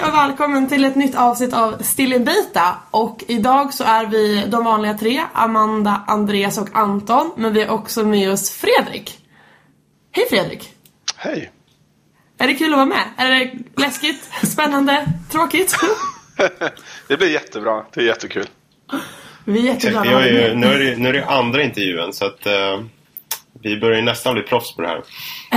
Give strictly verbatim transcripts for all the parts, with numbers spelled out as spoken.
och välkommen till ett nytt avsnitt av Still in Beta. Och idag så är vi de vanliga tre, Amanda, Andreas och Anton. Men vi är också med oss Fredrik. Hej Fredrik. Hej. Är det kul att vara med? Är det läskigt, spännande, tråkigt? Det blir jättebra, det är jättekul. Vi är jätteglada. Jag är, nu, är det, nu är det andra intervjun så att uh, vi börjar nästan bli proffs på det här.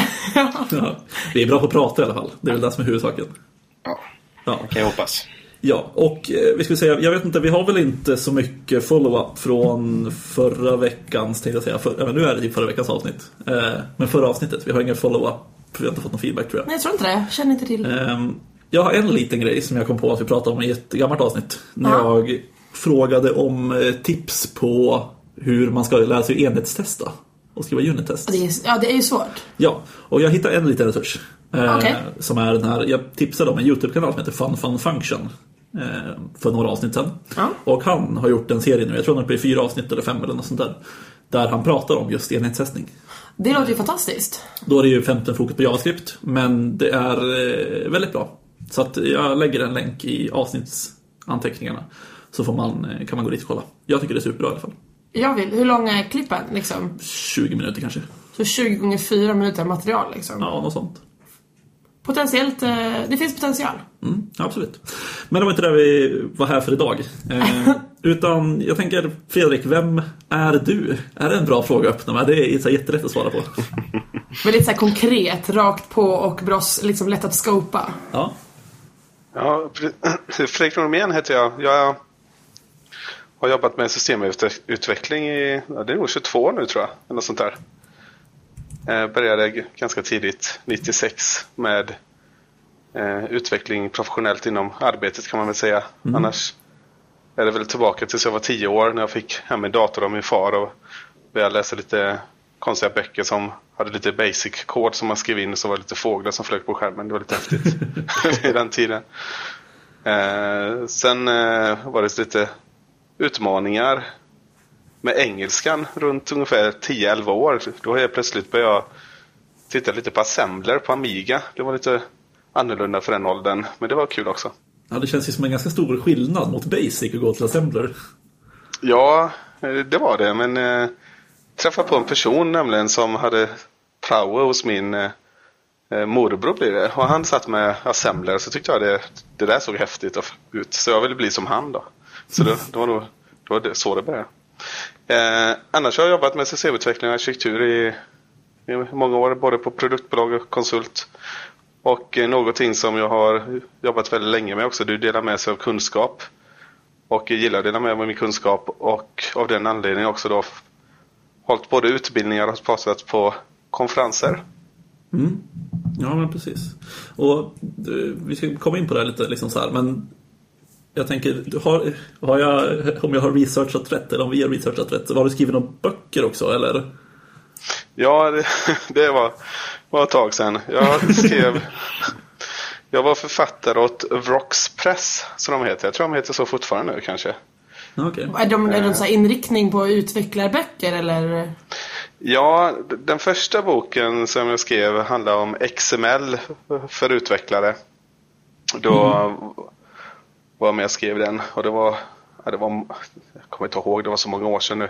Ja, vi är bra på att prata i alla fall. Det är väl det som är huvudsaken. Ja, ja. kan jag hoppas. Ja, och eh, vi skulle säga, jag vet inte, vi har väl inte så mycket follow-up från förra veckans, tänkte jag säga. För, ja, nu är det typ förra veckans avsnitt. Eh, men förra avsnittet, vi har ingen follow-up. Vi har inte fått någon feedback, tror jag. Nej, jag tror inte det. Jag känner inte till. Eh, jag har en liten grej som jag kom på att vi pratade om i ett gammalt avsnitt. När ja. jag frågade om eh, tips på hur man ska lära sig enhetstesta och skriva unittest. Det är, ja, det är ju svårt. Ja, och jag hittade en liten resurs eh, okay. som är den här, jag tipsade om en YouTube-kanal som heter Fun Fun Function eh, för några avsnitt sedan. Ja. Och han har gjort en serie nu, jag tror han är på fyra avsnitt eller fem eller något sånt där, där han pratar om just enhetstestning. Det låter ju fantastiskt. Då är det ju femton fokus på JavaScript, men det är eh, väldigt bra. Så att jag lägger en länk i avsnittsanteckningarna, så får man, kan man gå dit och kolla. Jag tycker det är superbra i alla fall. Jag vill. Hur lång är klippen liksom? tjugo minuter kanske. Så tjugo gånger fyra minuter material liksom? Ja, något sånt. Potentiellt, det finns potential. Mm, absolut. Men det var inte det vi var här för idag. Eh, utan jag tänker, Fredrik, vem är du? Är det en bra fråga att öppna med? Det är så jättelätt att svara på. Väldigt så här konkret, rakt på och bras, liksom lätt att skopa. Ja. Ja, Fredrik Normén heter jag. Jag har jobbat med systemutveckling i, ja, det är nog tjugotvå år nu tror jag, eller något sånt där. Jag började ganska tidigt, nittiosex, med eh, utveckling professionellt inom arbetet kan man väl säga. Mm. Annars är det väl tillbaka tills jag var tio år när jag fick hem en dator av min far och började läsa lite konstiga böcker som hade lite basic kod som man skrev in, och så var det lite fåglar som flög på skärmen. Det var lite häftigt i den tiden. Eh, sen eh, var det lite utmaningar med engelskan runt ungefär tio elva år. Då har jag plötsligt börjat titta lite på assembler på Amiga. Det var lite annorlunda för den åldern, men det var kul också. Ja, det känns ju som en ganska stor skillnad mot Basic och gå till assembler. Ja, det var det, men eh, träffade på en person nämligen som hade prao hos min eh, morbror blir det. Och han satt med assembler, så tyckte jag det, det där såg häftigt ut. Så jag ville bli som han då. Så då, då var det, då var det så det började. Eh, annars har jag jobbat med systemutveckling och arkitektur i, i många år, både på produktbolag och konsult. Och eh, någonting som jag har jobbat väldigt länge med också, du delar med sig av kunskap. Och jag gillar att dela med mig av min kunskap, och av den anledningen också då hållit både utbildningar och pratat på konferenser. Mm. Ja, men precis. Och du, vi ska komma in på det här lite liksom så här, men jag tänker, har, har jag, om jag har researchat rätt, eller om vi har researchat rätt, har du skrivit några böcker också, eller? Ja, det, det var, var ett tag sedan. Jag skrev, jag var författare åt Vrox Press, som de heter. Jag tror de heter så fortfarande nu kanske. Okay. Är de, är de så här inriktning på utvecklarböcker, eller? Ja, den första boken som jag skrev handlar om X M L för utvecklare. Då mm. var jag med och skrev den, och det var, ja, det var, jag kommer inte ihåg, det var så många år sedan nu.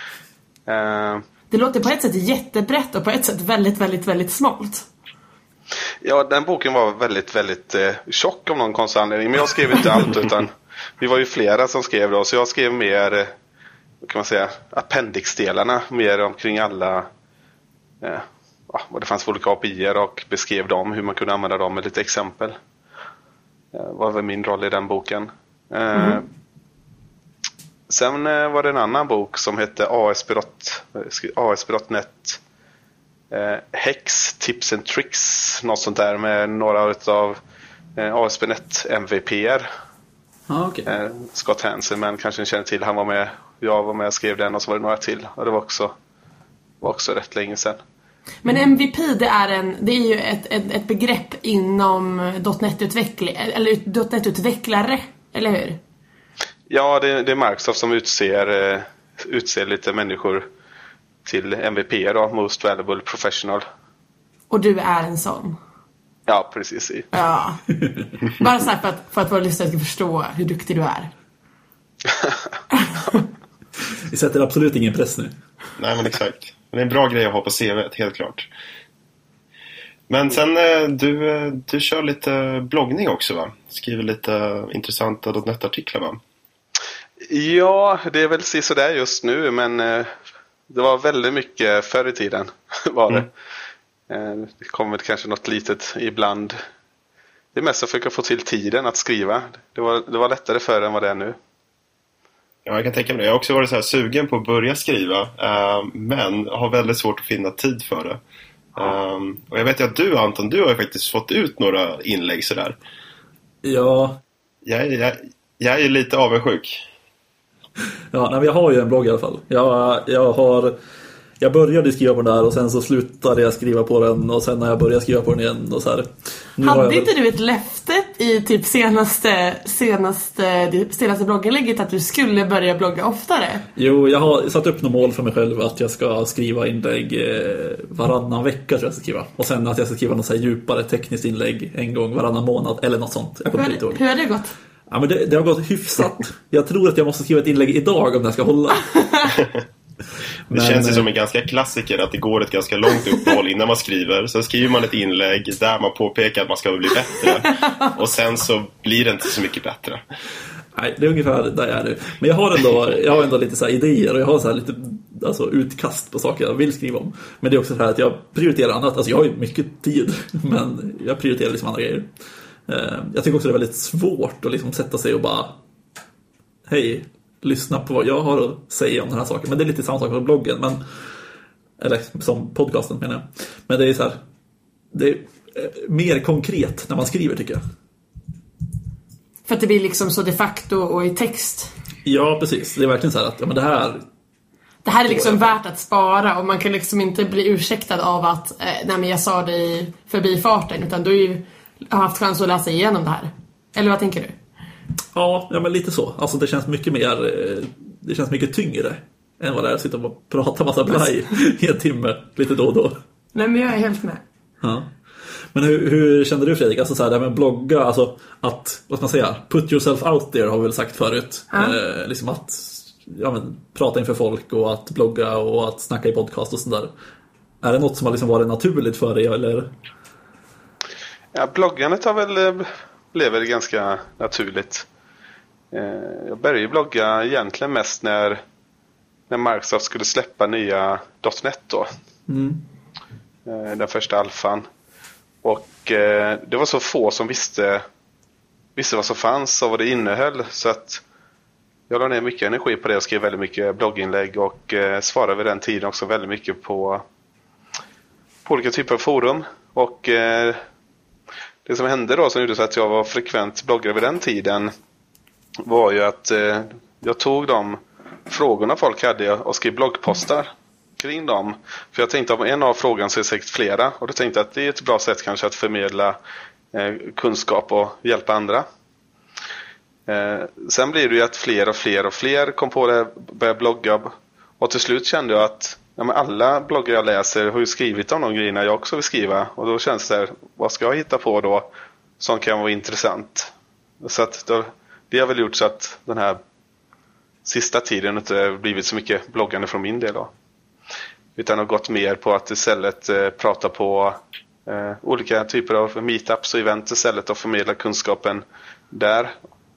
Uh, det låter på ett sätt jättebrett och på ett sätt väldigt, väldigt, väldigt smalt. Ja, den boken var väldigt, väldigt eh, tjock om någon konstig anledning. Men jag skrev inte allt, utan vi var ju flera som skrev då. Så jag skrev mer, eh, kan man säga, appendixdelarna, mer omkring alla, eh, vad det fanns för olika A P I-er, och beskrev dem, hur man kunde använda dem med lite exempel. Eh, vad var min roll i den boken. Eh, mm. Sen eh, var det en annan bok som hette A S P dot net eh, Hex, Tips and Tricks, något sånt där, med några av eh, A S P dot net M V P-er. Ah, okay. eh, Scott Hansen, men kanske ni känner till, han var med, jag var med och skrev den, och så var det några till, och det var också, var också rätt länge sedan. Men M V P, det är, en, det är ju ett, ett, ett begrepp inom .NET-utveckling, eller .NET-utvecklare, eller hur? Ja, det, det är Microsoft som utser, eh, utser lite människor till M V P då, Most Valuable Professional. Och du är en sån? Ja, precis. Ja. Bara så här för att, för att våra lyssnare ska förstå hur duktig du är. Vi sätter absolut ingen press nu. Nej, men exakt. Det är en bra grej att ha på C V, helt klart. Men sen, du, du kör lite bloggning också, va? Skriver lite intressanta .dot net-artiklar, va? Ja, det är väl sådär just nu, men det var väldigt mycket förr i tiden var det. Mm. Det kommer kanske något litet ibland. Det är mest att försöka få till tiden att skriva. Det var, det var lättare förr än vad det är nu. Ja, jag kan tänka mig det. Jag har också varit så här sugen på att börja skriva, äh, men har väldigt svårt att finna tid för det. Um, och jag vet ju att du, Anton, du har ju faktiskt fått ut några inlägg sådär. Ja. Jag, jag, jag är ju lite avundsjuk. Ja, nej, men jag har ju en blogg i alla fall. Jag, jag har... Jag började skriva på den där och sen så slutade jag skriva på den och sen när jag började skriva på den igen och så här. Nu hade jag... inte du ett löfte i typ senaste senaste senaste blogginlägget att du skulle börja blogga oftare? Jo, jag har satt upp något mål för mig själv att jag ska skriva inlägg varannan vecka tror jag ska skriva. Och sen att jag ska skriva något så här djupare tekniskt inlägg en gång varannan månad eller något sånt. Jag kommer inte ihåg. Hur har det gått? Ja, men det, det har gått hyfsat. Jag tror att jag måste skriva ett inlägg idag om det ska hålla. Det men, känns ju som en ganska klassiker att det går ett ganska långt uppehåll innan man skriver. Sen skriver man ett inlägg där man påpekar att man ska bli bättre. Och sen så blir det inte så mycket bättre. Nej, det är ungefär där jag är nu. Men jag har ändå, jag har ändå lite så här idéer och jag har så här lite alltså, utkast på saker jag vill skriva om. Men det är också så här att jag prioriterar annat. Alltså jag har ju mycket tid, men jag prioriterar liksom andra grejer. Jag tycker också det är väldigt svårt att liksom sätta sig och bara hej, lyssna på vad jag har att säga om den här saken. Men det är lite samma sak på bloggen. Men, eller som podcasten menar jag. Men det är så här, det är mer konkret när man skriver tycker jag. För att det blir liksom så de facto och i text. Ja, precis. Det är verkligen så här att ja, men det här... Det här är liksom värt att spara och man kan liksom inte bli ursäktad av att eh, nej men jag sa det i förbifarten utan du har ju haft chans att läsa igenom det här. Eller vad tänker du? Ja, ja men lite så. Alltså det känns mycket mer det känns mycket tyngre än vad det är att sitta och prata massa blaj i en timme lite då och då. Nej men jag är helt med. Ja. Men hur, hur kände du Fredrik? Alltså så här det här med blogga, alltså att, vad ska man säga, put yourself out there har vi väl sagt förut. Ja. Eh, liksom att ja, men, prata inför folk och att blogga och att snacka i podcast och sådär. Är det något som har liksom varit naturligt för dig eller? Ja, bloggandet har väl lever ganska naturligt. Jag började ju blogga egentligen mest när, när Microsoft skulle släppa nya .net då. Mm. Den första alfan. Och det var så få som visste, visste vad som fanns och vad det innehöll. Så att jag la ner mycket energi på det och skrev väldigt mycket blogginlägg. Och svarade vid den tiden också väldigt mycket på, på olika typer av forum. Och det som hände då som gjorde så att jag var frekvent bloggare vid den tiden var ju att eh, jag tog de frågorna folk hade och skrev bloggpostar kring dem. För jag tänkte om en av frågorna så är det säkert flera. Och då tänkte jag att det är ett bra sätt kanske att förmedla eh, kunskap och hjälpa andra. Eh, sen blir det ju att fler och fler och fler kom på det, började blogga. Och till slut kände jag att ja, men alla bloggar jag läser har ju skrivit om de grejerna jag också vill skriva. Och då känns det, vad ska jag hitta på då som kan vara intressant? Så att då, det har väl gjort så att den här sista tiden inte blivit så mycket bloggande från min del då. Utan har gått mer på att istället eh, prata på eh, olika typer av meetups och event istället och förmedla kunskapen där.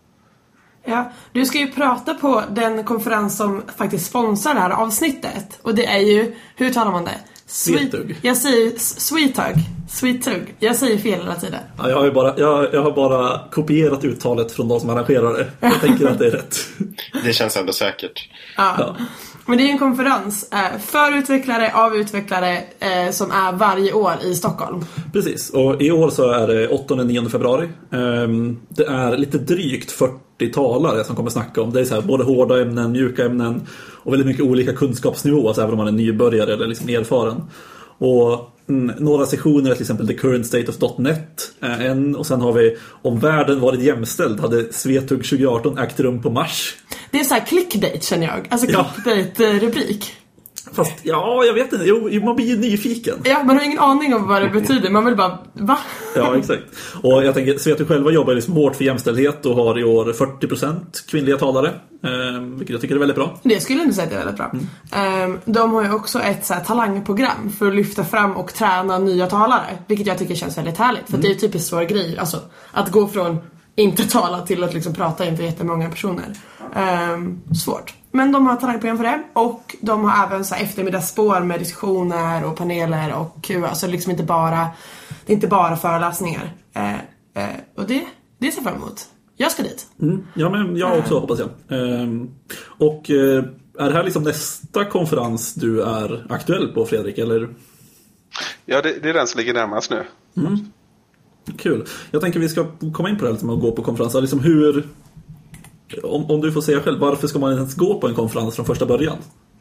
Ja, du ska ju prata på den konferens som faktiskt sponsrar det här avsnittet. Och det är ju, hur talar man det? Sweetug. Jag säger Sweetug. Sweetug. Jag säger fel hela tiden. Ja, jag, har ju bara, jag, jag har bara kopierat uttalet från de som arrangerar det. Jag tänker att det är rätt. Det känns ändå säkert. Ja. Ja. Men det är en konferens för utvecklare, av utvecklare som är varje år i Stockholm. Precis, och i år så är det åttonde och nionde februari. Det är lite drygt fyrtio talare som kommer snacka om. Det är så här, både hårda ämnen, mjuka ämnen och väldigt mycket olika kunskapsnivåer, alltså även om man är nybörjare eller liksom erfaren. Och mm, några sessioner, till exempel The Current State of .net en, och sen har vi om världen varit jämställd hade Svetug tjugo arton ägt rum på Mars. Det är så här clickbait känner jag. Alltså clickbait-rubrik. Fast, ja, jag vet inte. Jo, man blir ju nyfiken. Ja, man har ingen aning om vad det betyder. Man vill bara, va? Ja, exakt. Och jag tänker, så att du själva jobbar liksom hårt för jämställdhet och har i år fyrtio procent kvinnliga talare. Eh, vilket jag tycker är väldigt bra. Det skulle jag inte säga att det är väldigt bra. Mm. Eh, de har ju också ett så här, talangprogram för att lyfta fram och träna nya talare. Vilket jag tycker känns väldigt härligt. För mm. det är ju typiskt svår grej. Alltså, att gå från inte tala till att liksom prata inför jättemånga personer. Eh, svårt. Men de har talangprogram för det. Och de har även så här eftermiddagsspår med diskussioner och paneler och Q A. Så liksom inte bara, det är inte bara föreläsningar. Eh, eh, och det, det ser fram emot. Jag ska dit. Mm. Ja, men jag också, hoppas jag. Ehm, och eh, är det här liksom nästa konferens du är aktuell på, Fredrik? Eller? Ja, det, det är den som ligger närmast nu. Mm. Kul. Jag tänker vi ska komma in på det här liksom, och gå på konferenser. Liksom hur... Om, om du får säga själv, varför ska man ens gå på en konferens från första början?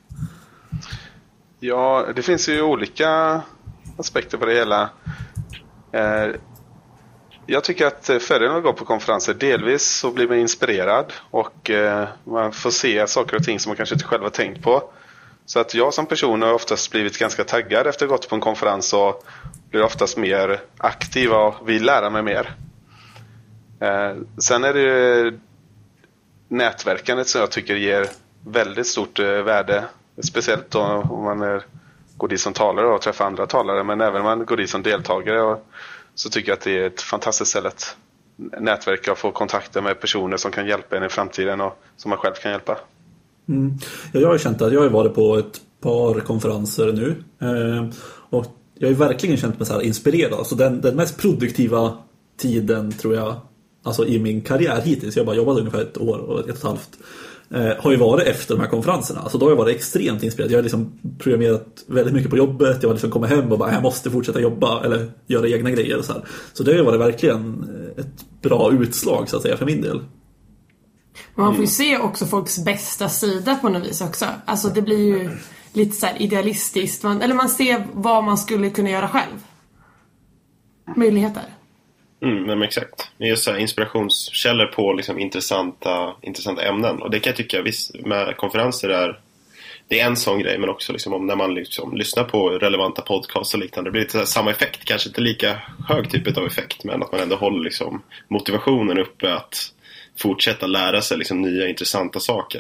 Ja, det finns ju olika aspekter på det hela. Eh, jag tycker att fördelen att gå på konferenser, delvis så blir man inspirerad och eh, man får se saker och ting som man kanske inte själv har tänkt på. Så att jag som person har oftast blivit ganska taggad efter att ha gått på en konferens och blir oftast mer aktiv och vill lära mig mer. Eh, sen är det nätverkandet som jag tycker ger väldigt stort värde. Speciellt då om man är, går dit som talare och träffar andra talare. Men även om man går dit som deltagare och, så tycker jag att det är ett fantastiskt ställe att nätverka och få kontakter med personer som kan hjälpa en i framtiden och som man själv kan hjälpa. Mm. Ja, jag har ju känt att jag har varit på ett par konferenser nu. Eh, och jag har ju verkligen känt mig så här inspirerad. Alltså den, den mest produktiva tiden tror jag, alltså i min karriär hittills, jag har bara jobbat ungefär ett år och ett och ett halvt, eh, har ju varit efter de här konferenserna. Alltså då har jag varit extremt inspirerad. Jag har liksom programmerat väldigt mycket på jobbet. Jag har liksom kommit hem och bara, jag måste fortsätta jobba eller göra egna grejer och så här. Så det har ju varit verkligen ett bra utslag så att säga för min del. Man får ju se också folks bästa sida på något vis också. Alltså det blir ju lite så här idealistiskt. Man, eller man ser vad man skulle kunna göra själv. Möjligheter. Mm, men exakt. Det är så här inspirationskällor på liksom intressanta, intressanta ämnen. Och det kan jag tycka, visst, med konferenser är det är en sån grej, men också liksom om när man liksom lyssnar på relevanta podcasts och liknande, det blir lite samma effekt, kanske inte lika hög typ av effekt, men att man ändå håller liksom motivationen uppe att fortsätta lära sig liksom nya intressanta saker.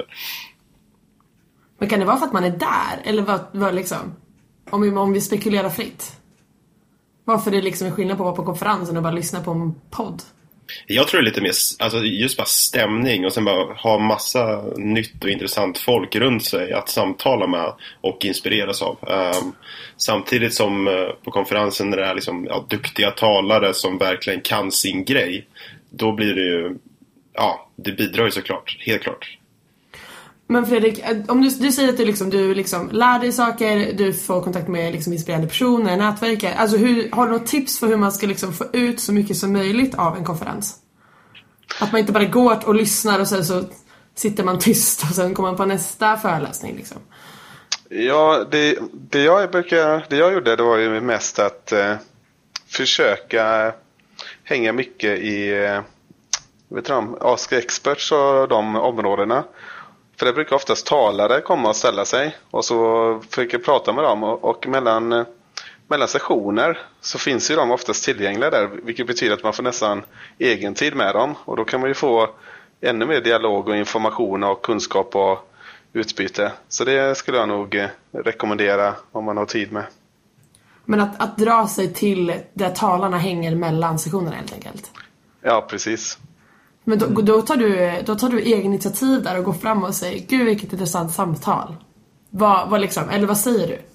Men kan det vara för att man är där? Eller vad, vad liksom, om vi, om vi spekulerar fritt? Varför det är liksom en skillnad på att vara på konferensen och bara lyssna på en podd? Jag tror det är lite mer, alltså just bara stämning och sen bara ha massa nytt och intressant folk runt sig att samtala med och inspireras av. Um, samtidigt som uh, på konferensen när det är liksom, ja, duktiga talare som verkligen kan sin grej, då blir det ju, ja, det bidrar ju såklart, helt klart. Men Fredrik, om du, du säger att du, liksom, du liksom lär dig saker, du får kontakt med liksom inspirerande personer, nätverkare. Alltså hur, har du något tips för hur man ska liksom få ut så mycket som möjligt av en konferens? Att man inte bara går och lyssnar och sen så sitter man tyst och sen kommer man på nästa föreläsning liksom. Ja, det, det, jag brukar, det jag gjorde det var ju mest att eh, försöka hänga mycket i eh, vet du, Ask Experts och de områdena. För det brukar oftast talare komma och ställa sig och så försöker prata med dem och, och mellan, mellan sessioner så finns ju de oftast tillgängliga där, vilket betyder att man får nästan egen tid med dem och då kan man ju få ännu mer dialog och information och kunskap och utbyte. Så det skulle jag nog rekommendera om man har tid med. Men att, att dra sig till där talarna hänger mellan sessionerna helt enkelt? Ja, precis. Men då, då, tar du, då tar du egen initiativ där och går fram och säger gud vilket intressant samtal. Vad, vad liksom, eller vad säger du?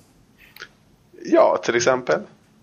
Ja, till exempel.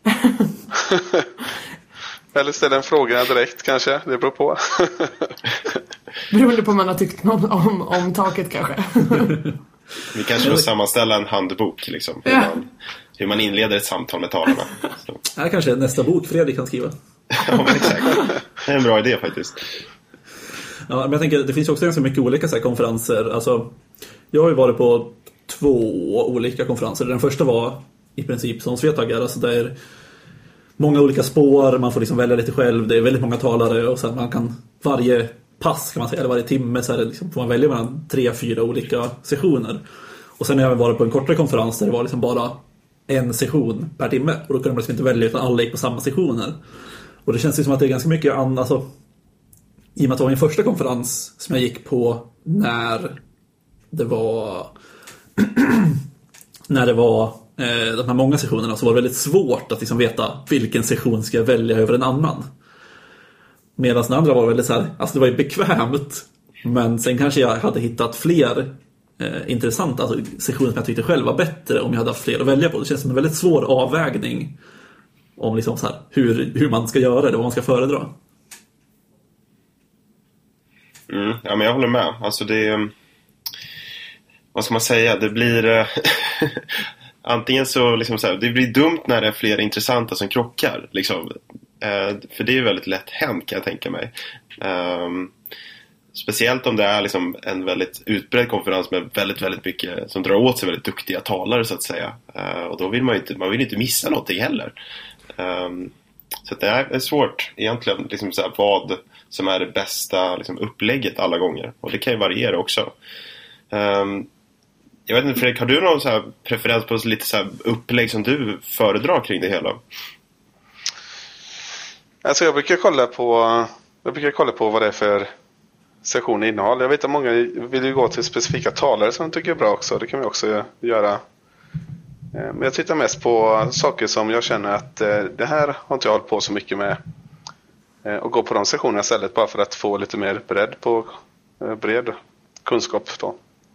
Eller ställa en fråga direkt kanske, det beror på. Beroende på om man har tyckt om, om, om taket kanske. Vi kanske får sammanställa en handbok liksom, hur, ja. man, hur man inleder ett samtal med talarna. Så. Det här kanske är nästa bok Fredrik kan skriva. Ja, men exakt. Det är en bra idé faktiskt. Ja, men jag tänker, det finns också ganska mycket olika så här, konferenser. Alltså, jag har ju varit på två olika konferenser. Den första var i princip som Svetaggar. Alltså det är många olika spår, man får liksom välja lite själv. Det är väldigt många talare och sen man kan varje pass kan man säga, eller varje timme så är det liksom, får man välja mellan tre, fyra olika sessioner. Och sen har jag varit på en kortare konferens där det var liksom bara en session per timme. Och då kunde man liksom inte välja utan alla gick på samma sessioner. Och det känns ju som att det är ganska mycket annat. Alltså, i och med att det var min första konferens som jag gick på när det var när det var eh, de här många sessionerna, så var det väldigt svårt att liksom veta vilken session ska jag välja över en annan. Medan den andra var väldigt så här, alltså det var ju bekvämt, men sen kanske jag hade hittat fler eh, intressanta alltså sessioner som jag tyckte själv var bättre om jag hade haft fler att välja på. Det känns som en väldigt svår avvägning om liksom så här, hur, hur man ska göra det och vad man ska föredra. Mm, ja, men jag håller med. Alltså det, vad ska man säga, det blir antingen så, liksom så här, det blir dumt när det är flera intressanta som krockar liksom. eh, för det är väldigt lätt hänt, kan jag tänka mig. eh, speciellt om det är liksom en väldigt utbredd konferens med väldigt, väldigt mycket som drar åt sig väldigt duktiga talare så att säga. eh, och då vill man ju inte, man vill inte missa någonting heller. eh, så det är svårt egentligen liksom så här, vad som är det bästa liksom, upplägget alla gånger. Och det kan ju variera också. Um, jag vet inte, Fredrik, har du någon så här preferens på lite så här upplägg som du föredrar kring det hela? Alltså jag brukar kolla på jag brukar kolla på vad det är för session innehåll. Jag vet att många vill ju gå till specifika talare som de tycker är bra också. Det kan vi också göra. Men jag tittar mest på saker som jag känner att det här har inte jag hållit på så mycket med. Och gå på de sessionerna istället bara för att få lite mer bredd på bred kunskap då.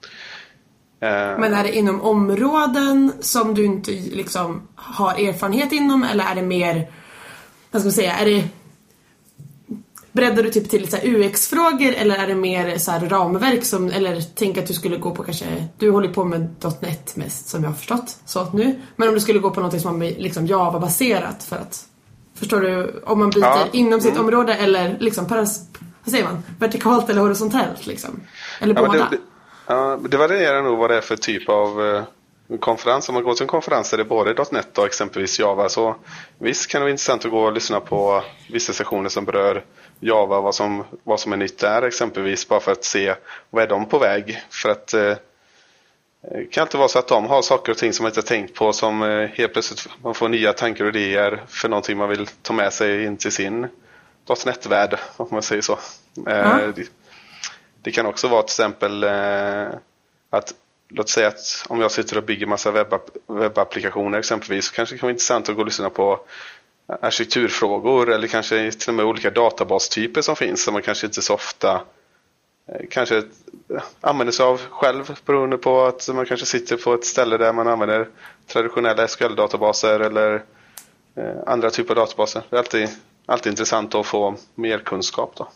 Men är det inom områden som du inte liksom har erfarenhet inom, eller är det mer, vad ska man säga, är det breddar du typ till lite så här U X-frågor, eller är det mer så här ramverk som, eller tänk att du skulle gå på kanske, du håller på med .net mest som jag har förstått så nu, men om du skulle gå på något som är liksom Java-baserat för att, förstår du, om man byter ja. inom sitt mm. område eller liksom paras, vad säger man, vertikalt eller horisontellt liksom, eller ja, båda. Det, det, ja, det varierar nog vad det är för typ av eh, konferens. Om man går till en konferens är det både .net och exempelvis Java, så visst kan det vara intressant att gå och lyssna på vissa sessioner som berör Java, vad som, vad som är nytt där exempelvis, bara för att se vad är de på väg, för att eh, det kan inte vara så att de har saker och ting som man inte har tänkt på, som eh, helt plötsligt man får nya tankar och idéer för någonting man vill ta med sig in till sin .net-värld, om man säger så. Eh, mm. det, det kan också vara till exempel eh, att, låt säga att om jag sitter och bygger massa webbapp, webbapplikationer exempelvis, så kanske det kan vara intressant att gå och lyssna på arkitekturfrågor, eller kanske till och med olika databastyper som finns som man kanske inte så ofta kanske använder sig av själv, beroende på att man kanske sitter på ett ställe där man använder traditionella S Q L-databaser eller eh, andra typer av databaser. Det är alltid, alltid intressant att få mer kunskap då.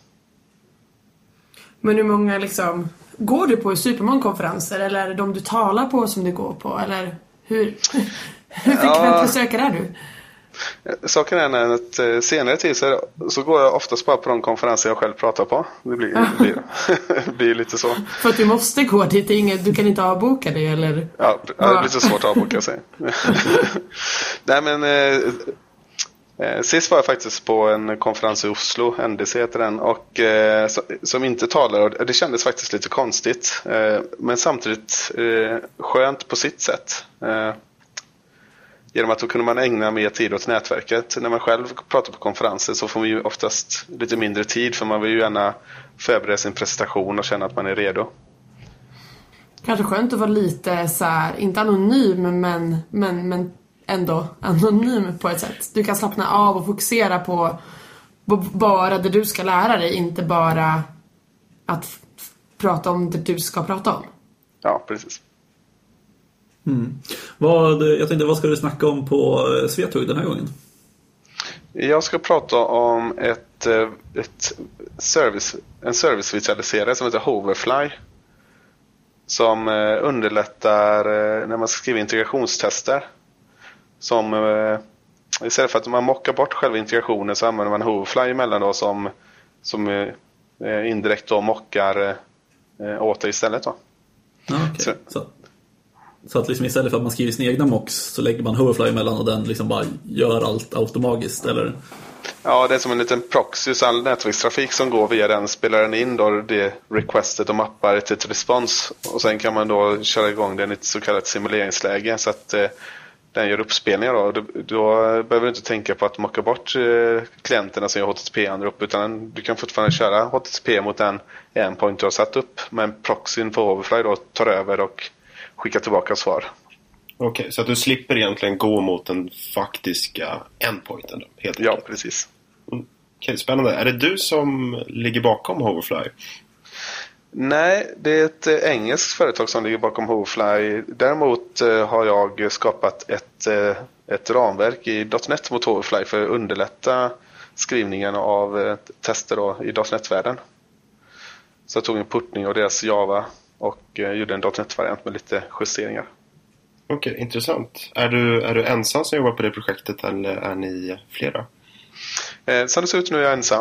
Men hur många liksom, går du på i supermånga konferenser, eller är det de du talar på som du går på, eller hur, hur frekvent ja. besökare är du? Saken är att senare tid så, så går jag oftast bara på de konferenser jag själv pratar på. Det blir, det blir, det blir lite så. För att du måste gå dit, inget, du kan inte avboka det, eller? Ja, det blir så svårt att avboka sig. Nej, men eh, sist var jag faktiskt på en konferens i Oslo, N D C heter den, och eh, som inte talar, och det kändes faktiskt lite konstigt, eh, men samtidigt eh, skönt på sitt sätt. Eh, Genom att då kunde man ägna mer tid åt nätverket. När man själv pratar på konferenser så får man ju oftast lite mindre tid, för man vill ju gärna förbereda sin presentation och känna att man är redo. Kanske skönt att vara lite så här, inte anonym, men, men, men ändå anonym på ett sätt. Du kan slappna av och fokusera på, på bara det du ska lära dig, inte bara att f- prata om det du ska prata om. Ja, precis. Mm. Vad, jag tänkte, vad ska du snacka om på Svetug den här gången? Jag ska prata om ett, ett service, en servicevisualiserare som heter Hoverfly, som underlättar när man ska skriva integrationstester. Som, istället för att man mockar bort själva integrationen, så använder man Hoverfly emellan då, som, som indirekt då mockar åt det istället då. Ah, okay. så. Så. Så att liksom istället för att man skriver sina egna mocks så lägger man Hoverfly emellan och den liksom bara gör allt automatiskt, eller? Ja, det är som en liten proxy, så all nätverkstrafik som går via den spelar den in då det requestet och mappar till ett respons. Och sen kan man då köra igång den i ett så kallat simuleringsläge så att eh, den gör uppspelningar då. Då, då behöver du inte tänka på att mocka bort eh, klienterna som gör H T T P-anrop, utan du kan fortfarande köra H T T P mot den endpoint du har satt upp, men proxyn på Overfly då tar över och skickar tillbaka svar. Okej, okay, så att du slipper egentligen gå mot den faktiska endpointen då, helt Ja, enkelt. precis. Mm. Okej, okay, spännande. Är det du som ligger bakom Hoverfly? Nej, det är ett eh, engelskt företag som ligger bakom Hoverfly. Däremot eh, har jag skapat ett, eh, ett ramverk i .NET mot Hoverfly för att underlätta skrivningen av eh, tester då, i .NET-världen. Så jag tog en portning av deras Java och eh, gjorde en .NET-variant med lite justeringar. Okej, okay, intressant. Är du, är du ensam som jobbar på det projektet eller är ni flera? Eh, som det ser ut nu är jag ensam.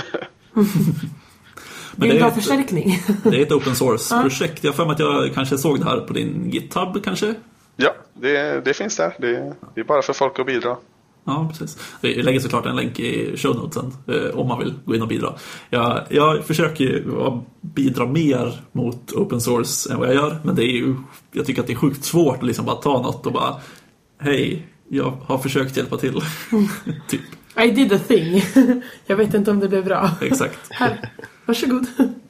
Det är en bra förstärkning. Det är ett open source-projekt. Jag har för mig att jag kanske såg det här på din GitHub kanske? Ja, det, det finns där. Det, det är bara för folk att bidra. Ja, precis. Vi lägger såklart en länk i show notesen eh, om man vill gå in och bidra. Jag, jag försöker bidra mer mot open source än vad jag gör, men det är ju, jag tycker att det är sjukt svårt att liksom bara ta något och bara hej, jag har försökt hjälpa till. Typ. I did a thing. Jag vet inte om det blev bra. Exakt. Här, varsågod.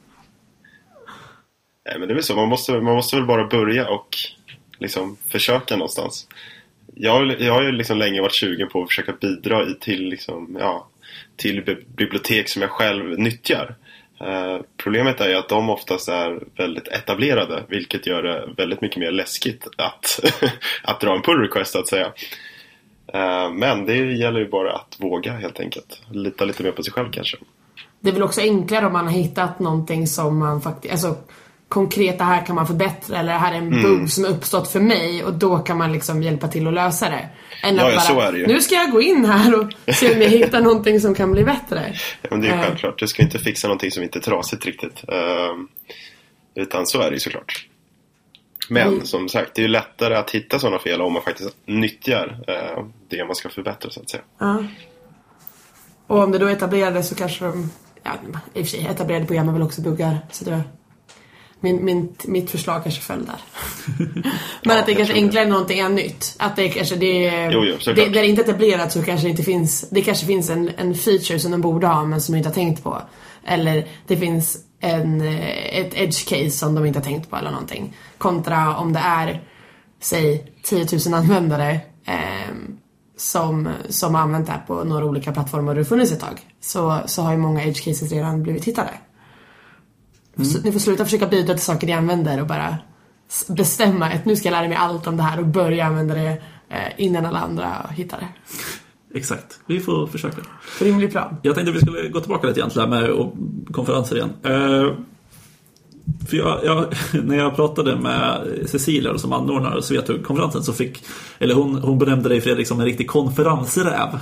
Nej, men det är väl så. Man måste, man måste väl bara börja och liksom försöka någonstans. Jag, jag har ju liksom länge varit sugen på att försöka bidra i, till, liksom, ja, till bibliotek som jag själv nyttjar. Uh, problemet är ju att de oftast är väldigt etablerade, vilket gör det väldigt mycket mer läskigt att, att dra en pull request, att säga. Uh, men det gäller ju bara att våga helt enkelt. Lita lite mer på sig själv kanske. Det är väl också enklare om man har hittat någonting som man faktiskt, alltså konkret, det här kan man förbättra, eller det här är en bug mm. som har uppstått för mig, och då kan man liksom hjälpa till att lösa det. Än ja, att ja, bara, så är det ju. Nu ska jag gå in här och se om jag hittar någonting som kan bli bättre. Ja, men det är ju självklart. Du ska inte fixa någonting som inte är trasigt riktigt. Uh, utan så är det ju såklart. Men mm. som sagt, det är ju lättare att hitta sådana fel om man faktiskt nyttjar uh, det man ska förbättra, så att säga. Ja. Och om det då är etablerade så kanske de, ja, i och för sig etablerade program är väl också buggar, så det, min, min, mitt förslag kanske föll där. Men ja, att det är kanske enklare än någonting är nytt. Att det kanske det, jo, jo, det, det är inte etablerat, så kanske det inte finns, det kanske finns en, en feature som de borde ha men som de inte har tänkt på. Eller det finns en, ett edge case som de inte har tänkt på eller någonting. Kontra om det är, säg, tio tusen användare eh, som, som har använt det här på några olika plattformar och det har funnits ett tag. Så, så har ju många edge cases redan blivit hittade. Mm. Så ni får sluta försöka bidra till saker ni använder och bara bestämma att nu ska jag lära mig allt om det här och börja använda det eh, innan alla andra hittar det. Exakt, vi får försöka. Rimlig plan. Jag tänkte att vi skulle gå tillbaka lite egentligen med och konferenser igen. Uh, för jag, jag, när jag pratade med Cecilia som anordnare så vet du, konferensen så fick, eller hon, hon benämnde dig, Fredrik, som en riktig konferensräv.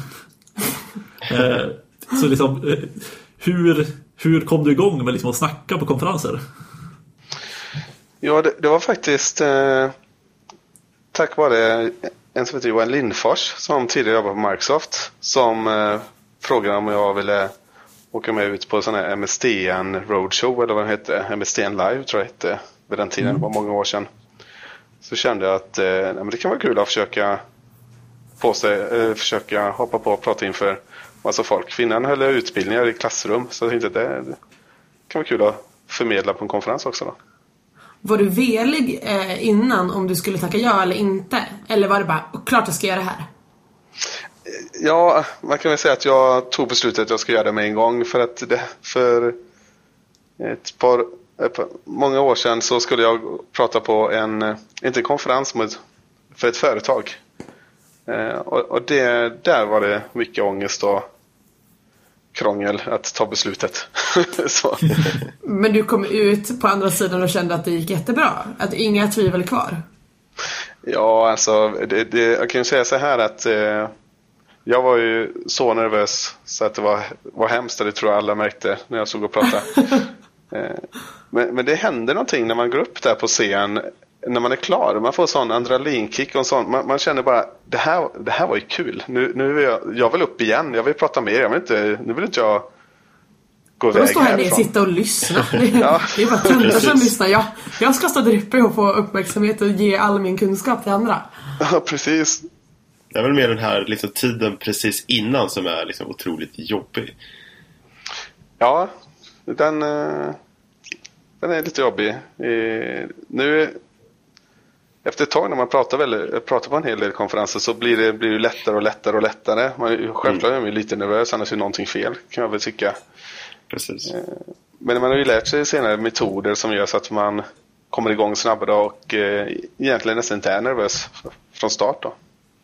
uh, så liksom, uh, hur, hur kom du igång med liksom att snacka på konferenser? Ja, det, det var faktiskt eh, tack vare en som heter Johan Lindfors som tidigare jobbade på Microsoft, som eh, frågade om jag ville åka med ut på sån här M S D N Roadshow, eller vad det hette, M S D N Live tror jag hette vid den tiden, mm. det var många år sedan. Så kände jag att eh, nej, men det kan vara kul att försöka på sig, eh, försöka hoppa på och prata inför massa folk. Kvinnan höll utbildningar i klassrum, så jag tänkte att det, det kan vara kul att förmedla på en konferens också då. Var du velig eh, innan om du skulle tacka ja eller inte? Eller var det bara, klart jag ska göra det här? Ja, man kan väl säga att jag tog beslutet att jag ska göra det med en gång. För att det, för ett par, ett par många år sedan så skulle jag prata på en, inte en konferens, men för ett företag. Eh, och och det, där var det mycket ångest och krångel att ta beslutet. Så. Men du kom ut på andra sidan och kände att det gick jättebra? Att inga tvivel kvar? Ja, alltså det, det, jag kan ju säga så här att eh, jag var ju så nervös så att det var, var hemskt, och det tror jag alla märkte när jag såg och pratade. eh, men, men det händer någonting när man går upp där på scen när man är klar, man får sån adrenalinkick och sån, man, man känner bara det här, det här var ju kul. Nu, nu vill jag, jag vill upp igen, jag vill prata mer, jag vill inte, nu vill inte jag gå iväg. Jag står här ner och sitta och lyssna. Ja. Det är bara tunga som lyssnar. Jag, jag ska stå där uppe och få uppmärksamhet och ge all min kunskap till andra. Ja, precis. Det är väl mer den här liksom, tiden precis innan som är liksom, otroligt jobbig. Ja, den, den är lite jobbig. Nu efter ett tag när man pratar, väl, pratar på en hel del konferenser så blir det, blir det lättare och lättare och lättare. Man, självklart är man lite nervös, annars är någonting fel, kan jag väl tycka. Precis. Men man har ju lärt sig senare metoder som gör så att man kommer igång snabbare och eh, egentligen nästan inte är nervös från start då.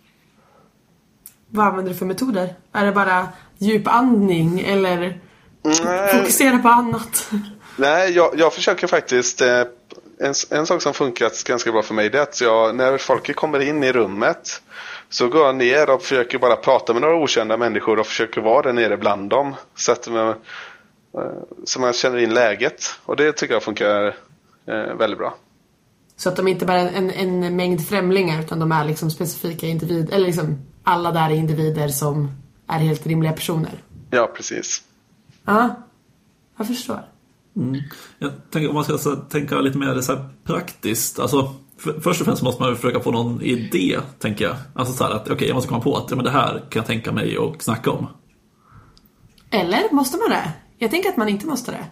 Vad använder du för metoder? Är det bara djup andning eller Nej. fokusera på annat? Nej, jag, jag försöker faktiskt eh, en, en sak som funkat ganska bra för mig, det är att jag, när folk kommer in i rummet så går jag ner och försöker bara prata med några okända människor och försöker vara där nere bland dem så att man, så man känner in läget, och det tycker jag funkar eh, väldigt bra. Så att de inte bara är en, en mängd främlingar utan de är liksom specifika individer, eller liksom alla där är individer som är helt rimliga personer. Ja, precis. Ja, jag förstår. Mm. Jag tänker, om man ska så, tänka lite mer så här praktiskt, alltså för, först och främst måste man försöka få någon idé, tänker jag. Alltså så här att okej, okay, jag måste komma på att men det här kan jag tänka mig och snacka om. Eller måste man det? Jag tänker att man inte måste det.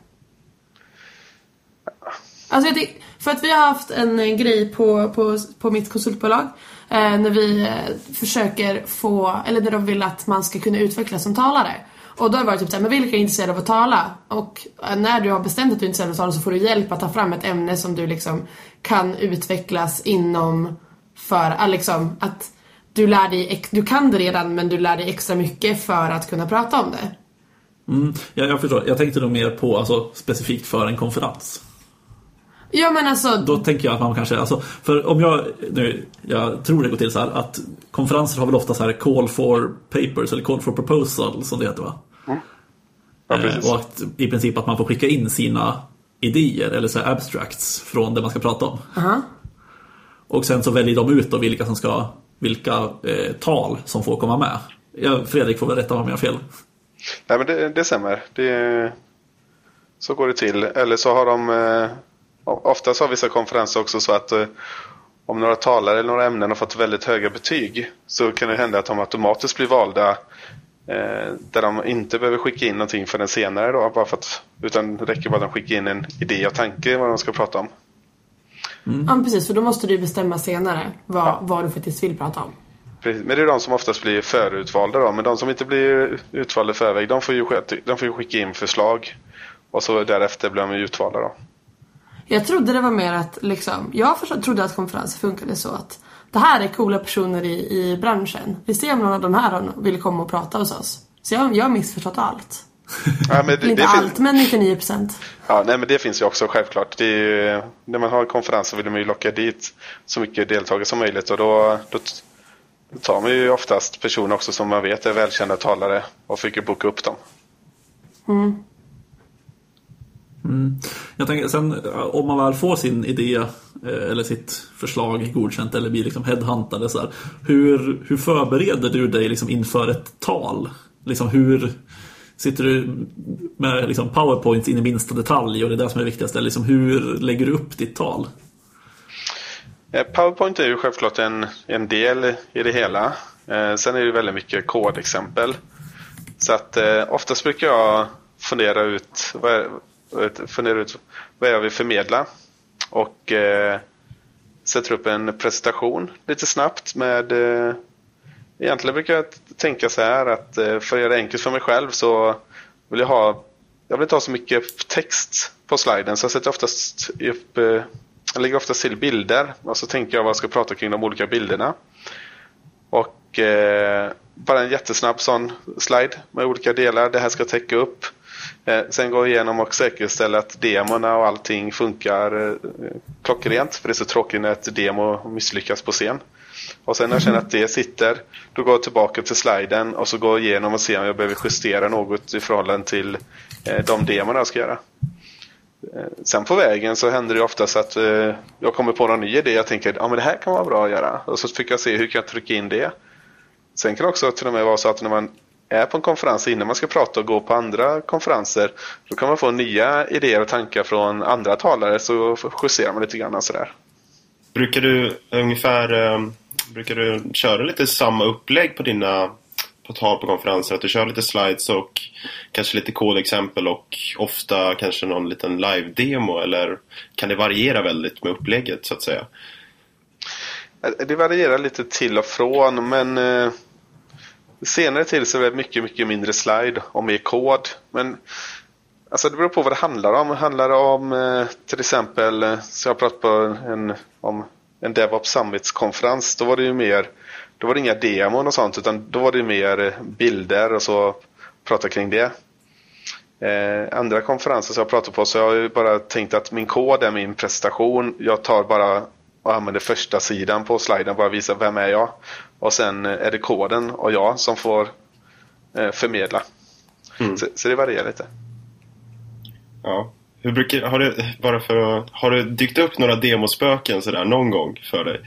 Alltså jag tänker, för att vi har haft en grej på, på, på mitt konsultbolag eh, när vi eh, försöker få, eller när de vill att man ska kunna utvecklas som talare. Och då har det varit typ såhär, men vilka är intresserade av att tala? Och när du har bestämt att du är intresserad av att tala så får du hjälp att ta fram ett ämne som du liksom kan utvecklas inom, för liksom att du lär dig, du kan det redan men du lär dig extra mycket för att kunna prata om det. Mm, ja, jag förstår. Jag tänkte nog mer på alltså, specifikt för en konferens. Ja, men alltså... Då tänker jag att man kanske... Alltså, för om jag... Nu, jag tror det går till så här att konferenser har väl ofta så här call for papers eller call for proposal som det heter, va? Mm. Ja, precis. Eh, och att i princip att man får skicka in sina idéer eller så här abstracts från det man ska prata om. Uh-huh. Och sen så väljer de ut då vilka som ska... Vilka eh, tal som får komma med. Jag, Fredrik får väl rätta om jag har fel. Nej, men det, det stämmer. Det, så går det till. Eller så har de... Eh, oftast har vissa konferenser också så att eh, om några talare eller några ämnen har fått väldigt höga betyg så kan det hända att de automatiskt blir valda eh, där de inte behöver skicka in någonting för den senare då, bara för att, utan det räcker bara att de skickar in en idé och tanke vad de ska prata om. Mm. Ja, precis, för då måste du bestämma senare vad, ja. vad du faktiskt vill prata om. Precis. Men det är de som oftast blir förutvalda då, men de som inte blir utvalda i förväg, de får ju, de får ju skicka in förslag och så därefter blir de utvalda då. Jag trodde det var mer att liksom, jag förstod, trodde att konferenser funkade så att det här är coola personer i, i branschen. Vi ser om någon av de här vill komma och prata hos oss. Så jag, jag har missförstått allt. Ja, men det, inte det allt, finns... men nittionio procent. Ja, nej, men det finns ju också självklart. Det är ju, när man har konferenser vill man ju locka dit så mycket deltagare som möjligt. Och då, då, då tar man ju oftast personer också som man vet är välkända talare och försöker boka upp dem. Mm. Mm. Jag tänker sen om man väl får sin idé eller sitt förslag godkänt eller blir liksom headhuntad så här, hur, hur förbereder du dig liksom inför ett tal? Liksom hur sitter du med liksom PowerPoint in i minsta detalj och det är det som är viktigast, eller liksom hur lägger du upp ditt tal? PowerPoint är ju självklart en, en del i det hela. Sen är det ju väldigt mycket kodexempel. Så att oftast brukar jag fundera ut vad är, fundera ut vad jag vill förmedla och eh, sätter upp en presentation lite snabbt med eh, egentligen brukar jag tänka så här att eh, för att göra det enkelt för mig själv så vill jag ha jag vill inte ha så mycket text på sliden, så jag sätter oftast upp eh, jag lägger oftast till bilder och så tänker jag vad jag ska prata kring de olika bilderna och eh, bara en jättesnabb sån slide med olika delar. Det här ska täcka upp. Eh, sen går jag igenom och säkerställa att demorna och allting funkar eh, klockrent. För det är så tråkigt när ett demo misslyckas på scen. Och sen när jag känner att det sitter, då går jag tillbaka till sliden och så går jag igenom och ser om jag behöver justera något i förhållande till eh, de demorna jag ska göra. Sen på vägen så händer det oftast att eh, jag kommer på någon ny idé. Jag tänker, ja men det här kan vara bra att göra. Och så fick jag se hur kan jag trycka in det. Sen kan det också till och med vara så att när man är på en konferens innan man ska prata och gå på andra konferenser, då kan man få nya idéer och tankar från andra talare, så justerar man lite grann och sådär. Brukar du ungefär um, brukar du köra lite samma upplägg på dina på tal på konferenser, att du kör lite slides och kanske lite kodexempel och ofta kanske någon liten live-demo, eller kan det variera väldigt med upplägget så att säga? Det varierar lite till och från, men eh, senare till så är det mycket, mycket mindre slide och mer kod. Men alltså det beror på vad det handlar om. Det handlar om eh, till exempel, eh, så jag pratade på en, om en DevOps Summits-konferens, då var det ju mer, då var det inga demon och sånt, utan då var det mer bilder och så prata kring det. Eh, andra konferenser som jag pratar på, så jag har ju bara tänkt att min kod är min presentation. Jag tar bara och använder första sidan på sliden, bara visa vem är jag. Och sen är det koden och jag som får eh, förmedla. Mm. Så, så det varierar lite. Ja. Hur brukar, har du, bara för att, har du dykt upp några demospöken sådär någon gång för dig?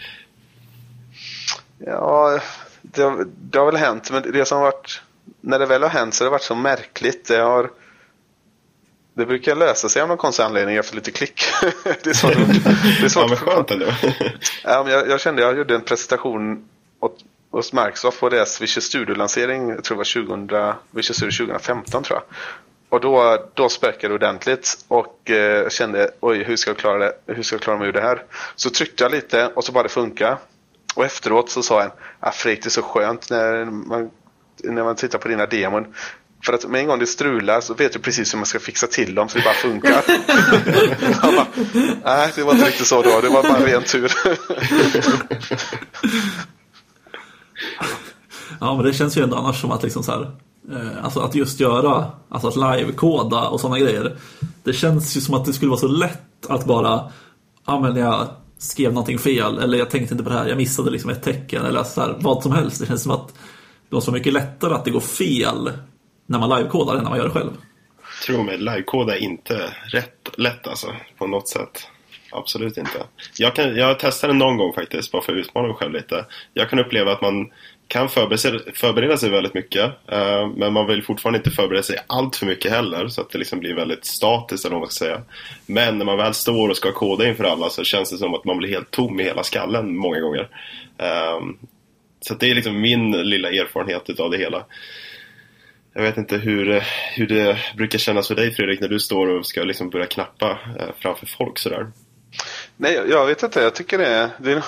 Ja, det har, det har väl hänt, men det som har varit, när det väl har hänt så har det varit så märkligt. Det har Det brukar lösa sig av någon konstig anledning efter lite klick. Det är svårt. Det är svårt. Ja, men skönt ändå. Ja, men jag, jag kände jag gjorde en presentation åt, hos Microsoft på deras Visual Studio-lansering. Jag tror det var tjugo, Visual Studio tjugo femton tror jag. Och då, då spökade det ordentligt och eh, kände, oj, hur ska jag klara det? Hur ska jag klara mig ur det här? Så tryckte jag lite och så bara det funkar. Och efteråt så sa en, ah, Fredrik, det är så skönt när man, när man tittar på dina demon. För att med en gång det strular så vet du precis hur man ska fixa till dem så det bara funkar. Jag bara, nej, det var inte riktigt så då. Det var bara ren tur. Ja, men det känns ju ändå annars som att liksom så här, eh, alltså att just göra, alltså att live-koda och sådana grejer. Det känns ju som att det skulle vara så lätt att bara, ja men jag skrev någonting fel, eller jag tänkte inte på det här, jag missade liksom ett tecken, eller så här, vad som helst. Det känns som att det var så mycket lättare att det går fel när man live-kodar än när man gör det själv. Tro mig, live-koda är inte rätt lätt alltså, på något sätt. Absolut inte. Jag, kan, jag testade någon gång faktiskt, bara för att utmana mig själv lite. Jag kan uppleva att man kan förbereda, förbereda sig väldigt mycket, uh, men man vill fortfarande inte förbereda sig allt för mycket heller, så att det liksom blir väldigt statiskt eller vad man ska säga. Men när man väl står och ska koda inför alla så känns det som att man blir helt tom i hela skallen många gånger. Uh, så att det är liksom min lilla erfarenhet av det hela. Jag vet inte hur, hur det brukar kännas för dig, Fredrik, när du står och ska liksom börja knappa uh, framför folk sådär. Nej, jag vet inte. Jag tycker det, det är...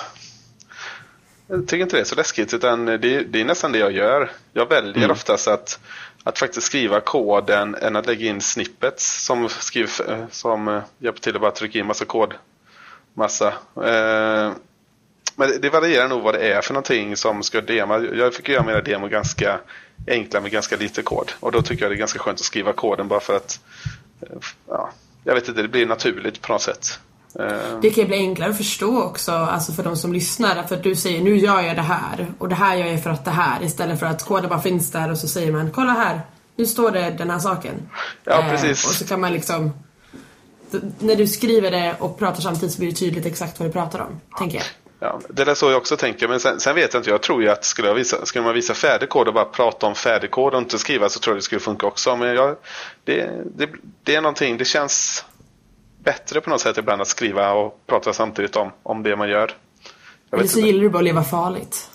Jag tycker inte det är så läskigt, utan det, det är nästan det jag gör. Jag väljer mm. oftast att, att faktiskt skriva koden än att lägga in snippets som, skriver, som hjälper till att bara trycka in massa kod. Massa. Eh, men det varierar nog vad det är för någonting som ska demo. Jag fick göra mina demo ganska enkla med ganska lite kod. Och då tycker jag det är ganska skönt att skriva koden bara för att, ja, jag vet inte, det blir naturligt på något sätt. Det kan bli enklare att förstå också, alltså för de som lyssnar, för att du säger nu gör jag det här och det här gör jag för att det här, istället för att koden bara finns där och så säger man kolla här, nu står det den här saken. Ja, precis. Eh, och så kan man liksom, när du skriver det och pratar samtidigt så blir det tydligt exakt vad du pratar om, tänker jag. Ja, det är så jag också tänker, men sen, sen vet jag inte, jag tror ju att skulle, jag visa, skulle man visa färdig kod och bara prata om färdig kod och inte skriva, så tror jag det skulle funka också. Men jag, det, det, det är någonting, det känns bättre på något sätt ibland att skriva och prata samtidigt om, om det man gör. Eller så gillar du bara att leva farligt.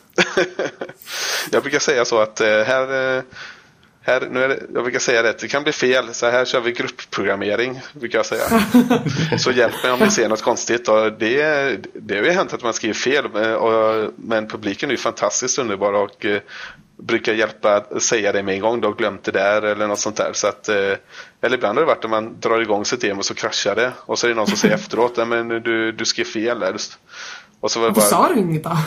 Jag brukar säga så att här, här nu är det, jag brukar säga det, det kan bli fel, så här kör vi gruppprogrammering, brukar jag säga. Så hjälp mig om ni ser något konstigt. Och det, det har ju hänt att man skriver fel, och, men publiken är ju fantastiskt underbar och brukar hjälpa att säga det med en gång, du har glömt det där eller något sånt där. Så att, eller ibland har det varit att man drar igång sitt demo så kraschar det, och så är det någon som säger efteråt, men du, du skrev fel där. Och så var det bara... sa du inget då?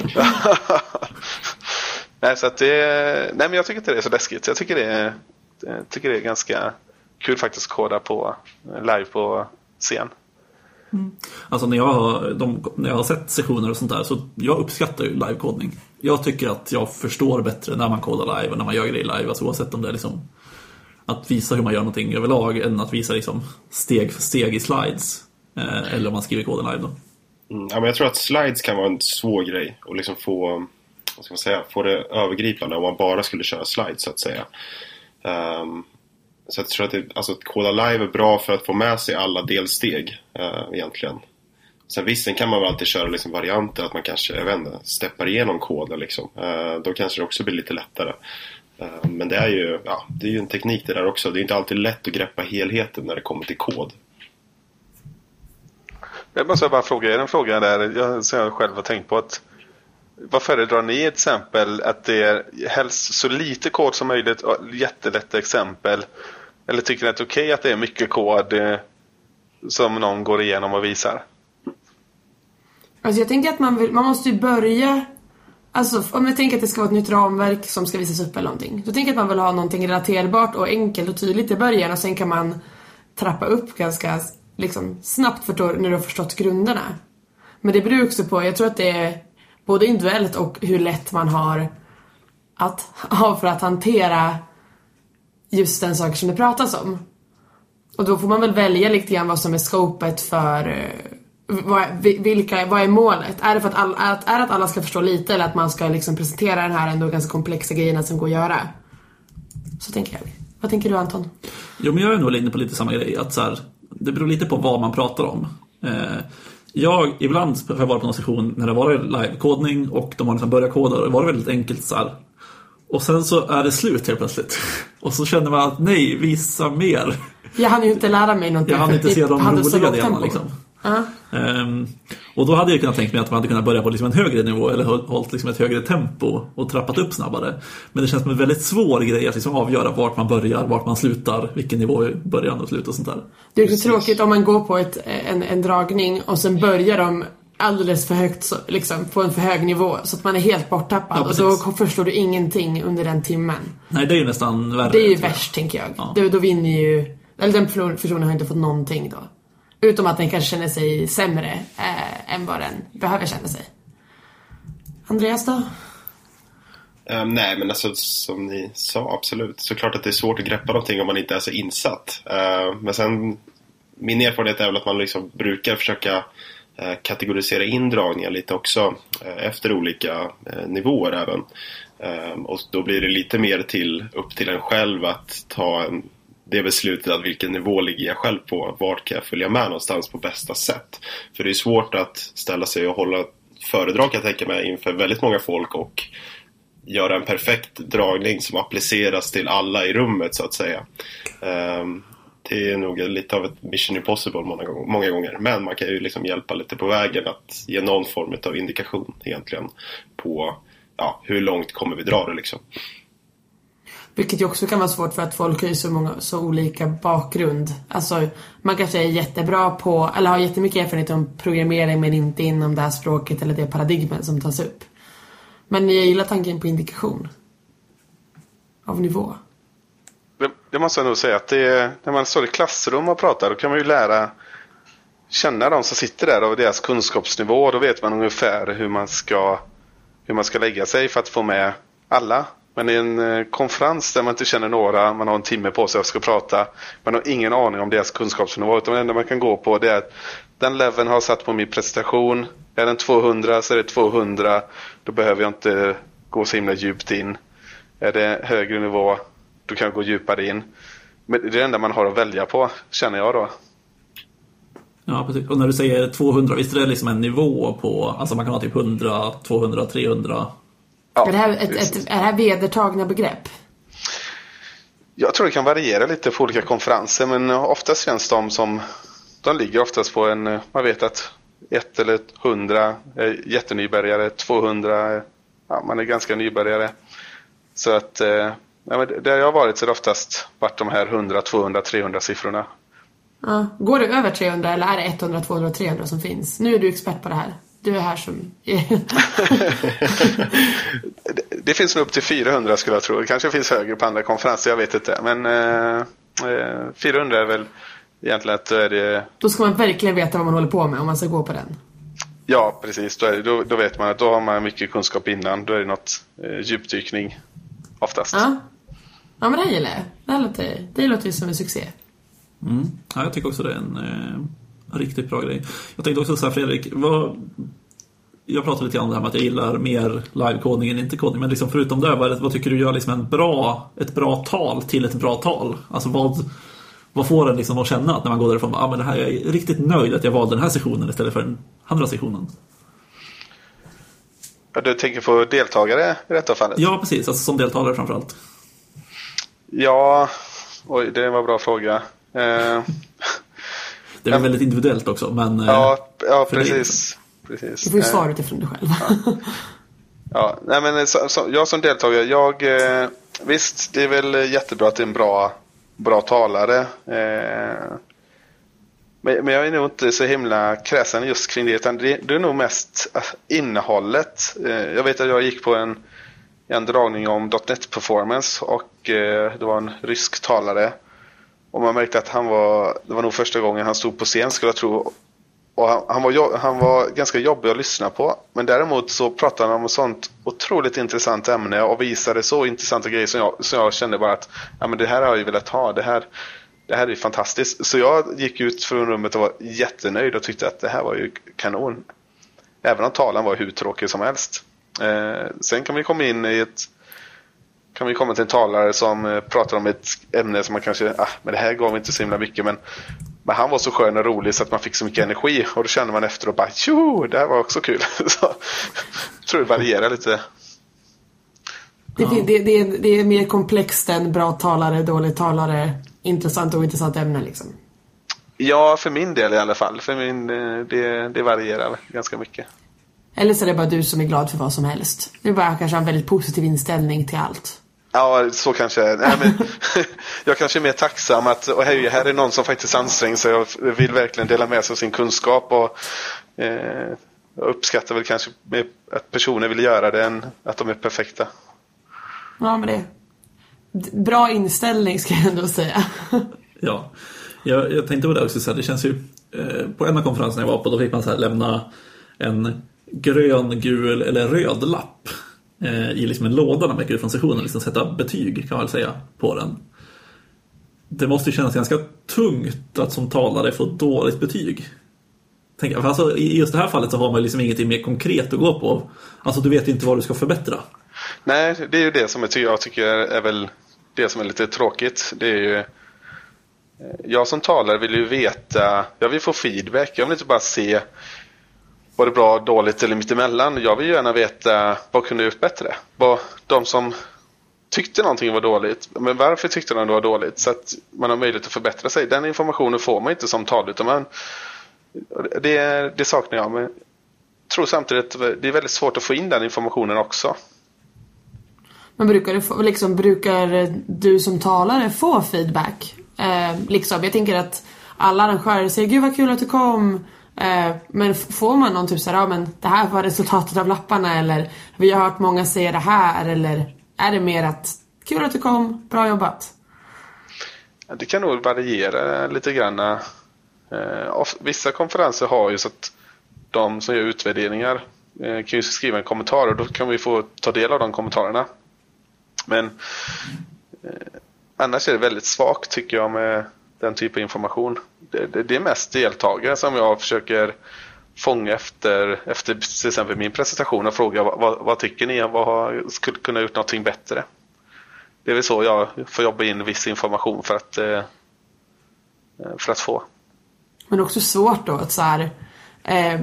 Nej, så att det, nej, men jag tycker inte det är så läskigt. Jag tycker det är, jag tycker det är ganska kul faktiskt att koda på live på scen. Mm. Alltså när jag, har, de, när jag har sett sessioner och sånt där, så jag uppskattar ju livekodning. Jag tycker att jag förstår bättre när man kodar live och när man gör grejer live, alltså oavsett om det är liksom, att visa hur man gör någonting överlag än att visa liksom steg för steg i slides. Eh, eller om man skriver koden live då. Mm, ja, men jag tror att slides kan vara en svår grej och liksom få, vad ska man säga, få det övergripande om man bara skulle köra slides så att säga. Um, så jag tror att det, alltså, att koda live är bra för att få med sig alla delsteg uh, egentligen. Sen visst, sen kan man väl alltid köra liksom varianter att man kanske, jag vet inte, steppar igenom koden liksom. Uh, då kanske det också blir lite lättare. Uh, men det är ju, ja, det är ju en teknik det där också. Det är inte alltid lätt att greppa helheten när det kommer till kod. Jag måste bara fråga er en fråga där. Jag, som jag själv har tänkt på att vad föredrar ni ett exempel att det är helst så lite kod som möjligt, jättelätta exempel, eller tycker ni att det är okej att det är mycket kod eh, som någon går igenom och visar? Alltså jag tänker att man, vill, man måste ju börja, alltså om jag tänker att det ska vara ett nytt ramverk som ska visas upp eller någonting, då tänker jag att man vill ha någonting relaterbart och enkelt och tydligt i början och sen kan man trappa upp ganska liksom snabbt för när du har förstått grunderna. Men det beror också på, jag tror att det är både individuellt och hur lätt man har att ha för att hantera just den sak som det pratas om. Och då får man väl välja lite grann vad som är scopet för vad, vilka, vad är målet? Är det för att alla, att, är det att alla ska förstå lite eller att man ska liksom presentera den här ändå ganska komplexa grejerna som går att göra? Så tänker jag. Vad tänker du, Anton? Jo, men jag är nog inne på lite samma grej. Att så här, det beror lite på vad man pratar om. Eh, jag, ibland har jag varit på någon session när det var live-kodning och de har liksom börjat koda och det var väldigt enkelt så här. Och sen så är det slut helt plötsligt. Och så känner man att nej, visa mer. Jag hann ju inte lära mig någonting. Jag hann inte se de roliga delarna liksom. Uh-huh. Um, och då hade jag kunnat tänka mig att man hade kunnat börja på liksom en högre nivå eller hållit liksom ett högre tempo och trappat upp snabbare. Men det känns som en väldigt svår grej att liksom avgöra vart man börjar, vart man slutar, vilken nivå i början och slut och sånt där. Det är så tråkigt om man går på ett, en, en dragning och sen börjar de alldeles för högt så, liksom, på en för hög nivå så att man är helt borttappad. Ja, och då förstår du ingenting under den timmen. Nej, det är ju nästan värre. Det är ju värst, tänker jag. Ja. Då, då vinner ju, eller den personen har inte fått någonting då. Utom att den kanske känner sig sämre eh, än vad den behöver känna sig. Andreas då? Um, nej, men alltså som ni sa, absolut. Såklart att det är svårt att greppa någonting om man inte är så insatt. Uh, men sen, min erfarenhet är väl att man liksom brukar försöka uh, kategorisera indragningar lite också. Uh, efter olika uh, nivåer även. Uh, och då blir det lite mer till, upp till en själv att ta en det beslutet att vilken nivå ligger jag själv på, vart kan jag följa med någonstans på bästa sätt. För det är svårt att ställa sig och hålla föredrag, kan jag tänka mig, inför väldigt många folk och göra en perfekt dragning som appliceras till alla i rummet så att säga. Um, det är nog lite av ett mission impossible många gånger, många gånger. Men man kan ju liksom hjälpa lite på vägen att ge någon form av indikation egentligen på ja, hur långt kommer vi dra det liksom. Vilket ju också kan vara svårt för att folk har ju så många så olika bakgrund. Alltså man kanske är jättebra på eller har jättemycket erfarenhet om programmering men inte inom det här språket eller det paradigmen som tas upp. Men jag gillar tanken på indikation av nivå. Det, det måste jag nog säga att det är, när man står i klassrum och pratar då kan man ju lära känna de som sitter där och deras kunskapsnivå. Då vet man ungefär hur man ska hur man ska lägga sig för att få med alla. Men i en konferens där man inte känner några, man har en timme på sig att ska prata, man har ingen aning om deras kunskapsnivå, utan det enda man kan gå på det är att den leveln har satt på min presentation, är den tvåhundra så är det tvåhundra, då behöver jag inte gå så himla djupt in. Är det högre nivå, då kan jag gå djupare in. Men det är det enda man har att välja på, känner jag då. Ja, precis. Och när du säger tvåhundra, visst är det liksom en nivå på, alltså man kan ha typ hundra, tvåhundra, trehundra... Ja, är, det här ett, ett, är det här vedertagna begrepp? Jag tror det kan variera lite på olika konferenser, men oftast känns de som de ligger oftast på en, man vet att ett eller hundra är jättenybörjare, tvåhundra, ja, man är ganska nybörjare. Så att ja, men där jag har varit så är det oftast varit de här hundra, tvåhundra, trehundra siffrorna. Ja, går det över trehundra eller är det etthundra, tvåhundra, trehundra som finns? Nu är du expert på det här. Du är här som... det, det finns nog upp till fyrahundra skulle jag tro. Det kanske finns högre på andra konferenser, jag vet inte. Men eh, fyrahundra är väl egentligen att är det... Då ska man verkligen veta vad man håller på med om man ska gå på den. Ja, precis. Då, är det, då, då vet man att då har man mycket kunskap innan. Då är det något eh, djupdykning oftast. Ja. Ja, men det här gillar jag. Det här låter, det låter ju som en succé. Mm. Ja, jag tycker också det är en eh, riktigt bra grej. Jag tänkte också säga, Fredrik, vad... jag pratade lite grann om det här med att jag gillar mer live-kodning än inte kodning, men liksom förutom det, vad, vad tycker du gör liksom en bra, ett bra tal till ett bra tal? Alltså vad, vad får en liksom att känna att när man går därifrån, ah, men det här, jag är riktigt nöjd att jag valde den här sessionen istället för den andra sessionen? Ja, du tänker på deltagare i detta fallet? Ja, precis. Alltså som deltagare framförallt. Ja, oj, det var en bra fråga. Eh, det är men, väldigt individuellt också, men... Ja, ja precis. precis. Du får ju svara utifrån dig själv. Ja, ja nej, men så, så, jag som deltagare, jag... Eh, visst, det är väl jättebra att det är en bra, bra talare. Eh, men, men jag är nog inte så himla kräsen just kring det, utan det, det är nog mest innehållet. Eh, jag vet att jag gick på en... en dragning om .NET Performance och eh, det var en rysk talare och man märkte att han var, det var nog första gången han stod på scen, skulle jag tro, och han, han, var, han var ganska jobbig att lyssna på, men däremot så pratade han om ett sånt otroligt intressant ämne och visade så intressanta grejer som jag, som jag kände bara att ja, men det här har jag ju velat ha, det här, det här är fantastiskt, så jag gick ut från rummet och var jättenöjd och tyckte att det här var ju kanon, även om talen var hur tråkig som helst. Eh, sen kan vi komma in i ett kan vi komma till en talare som eh, pratar om ett ämne som man kanske, ah, men det här gav inte så himla mycket, men, men han var så skön och rolig så att man fick så mycket energi, och då känner man efter och bara, tjo, det här var också kul. Så jag tror det varierar lite. Det, ja. det, det, är, det är mer komplext än bra talare, dålig talare, intressant och intressant ämne liksom. Ja, för min del i alla fall. För min, det, det varierar ganska mycket. Eller så är det bara du som är glad för vad som helst. Du bara kanske har en väldigt positiv inställning till allt. Ja, så kanske. Nej, men, jag kanske är mer tacksam att och hej, här är någon som faktiskt anstränger sig och vill verkligen dela med sig av sin kunskap. Och eh, jag uppskattar väl kanske att personer vill göra det än att de är perfekta. Ja, men det är bra inställning ska jag ändå säga. Ja, jag, jag tänkte på det också så här, det känns ju eh, på en av konferenserna jag var på, då fick man så här lämna en grön, gul eller röd lapp eh, i liksom en låda när man gick ut från sessionen, liksom sätta betyg kan man väl säga på den. Det måste ju kännas ganska tungt att som talare få dåligt betyg. Tänk, för alltså, i just det här fallet så har man liksom ingenting mer konkret att gå på. Alltså du vet inte vad du ska förbättra. Nej, det är ju det som jag tycker, jag tycker är väl det som är lite tråkigt. Det är ju jag som talare vill ju veta, jag vill få feedback, jag vill inte bara se var det bra, dåligt eller mittemellan. Jag vill gärna veta vad kunde gjort bättre. Vad de som tyckte någonting var dåligt, men varför tyckte de det var dåligt, så att man har möjlighet att förbättra sig. Den informationen får man inte som talare, utan man, det, det saknar jag. Men jag tror samtidigt att det är väldigt svårt att få in den informationen också. Men brukar du, få, liksom, brukar du som talare få feedback? Eh, liksom, jag tänker att alla arrangörer säger, gud vad kul att du kom. Eh, men får man någon typ så här, ja men det här var resultatet av lapparna, eller vi har hört många säga det här, eller är det mer att kul att du kom, bra jobbat? Ja, det kan nog variera lite grann. Eh, vissa konferenser har ju så att de som gör utvärderingar eh, kan ju skriva en kommentar, och då kan vi få ta del av de kommentarerna. Men eh, annars är det väldigt svagt tycker jag med den typen av information. Det, det, det är mest deltagare som jag försöker fånga efter, efter till exempel min presentation och fråga vad, vad, vad tycker ni? Vad har, skulle kunna gjort någonting bättre? Det är väl så jag får jobba in viss information för att, eh, för att få. Men också svårt då att så här, eh,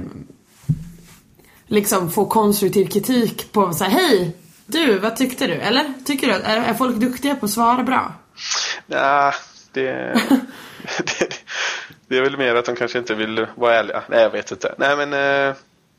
liksom få konstruktiv kritik på så här, hej, du, vad tyckte du? Eller tycker du, är, är folk duktiga på att svara bra? Nej, det, det, det är väl mer att de kanske inte vill vara ärliga. Nej, jag vet inte. Nej, men... Eh,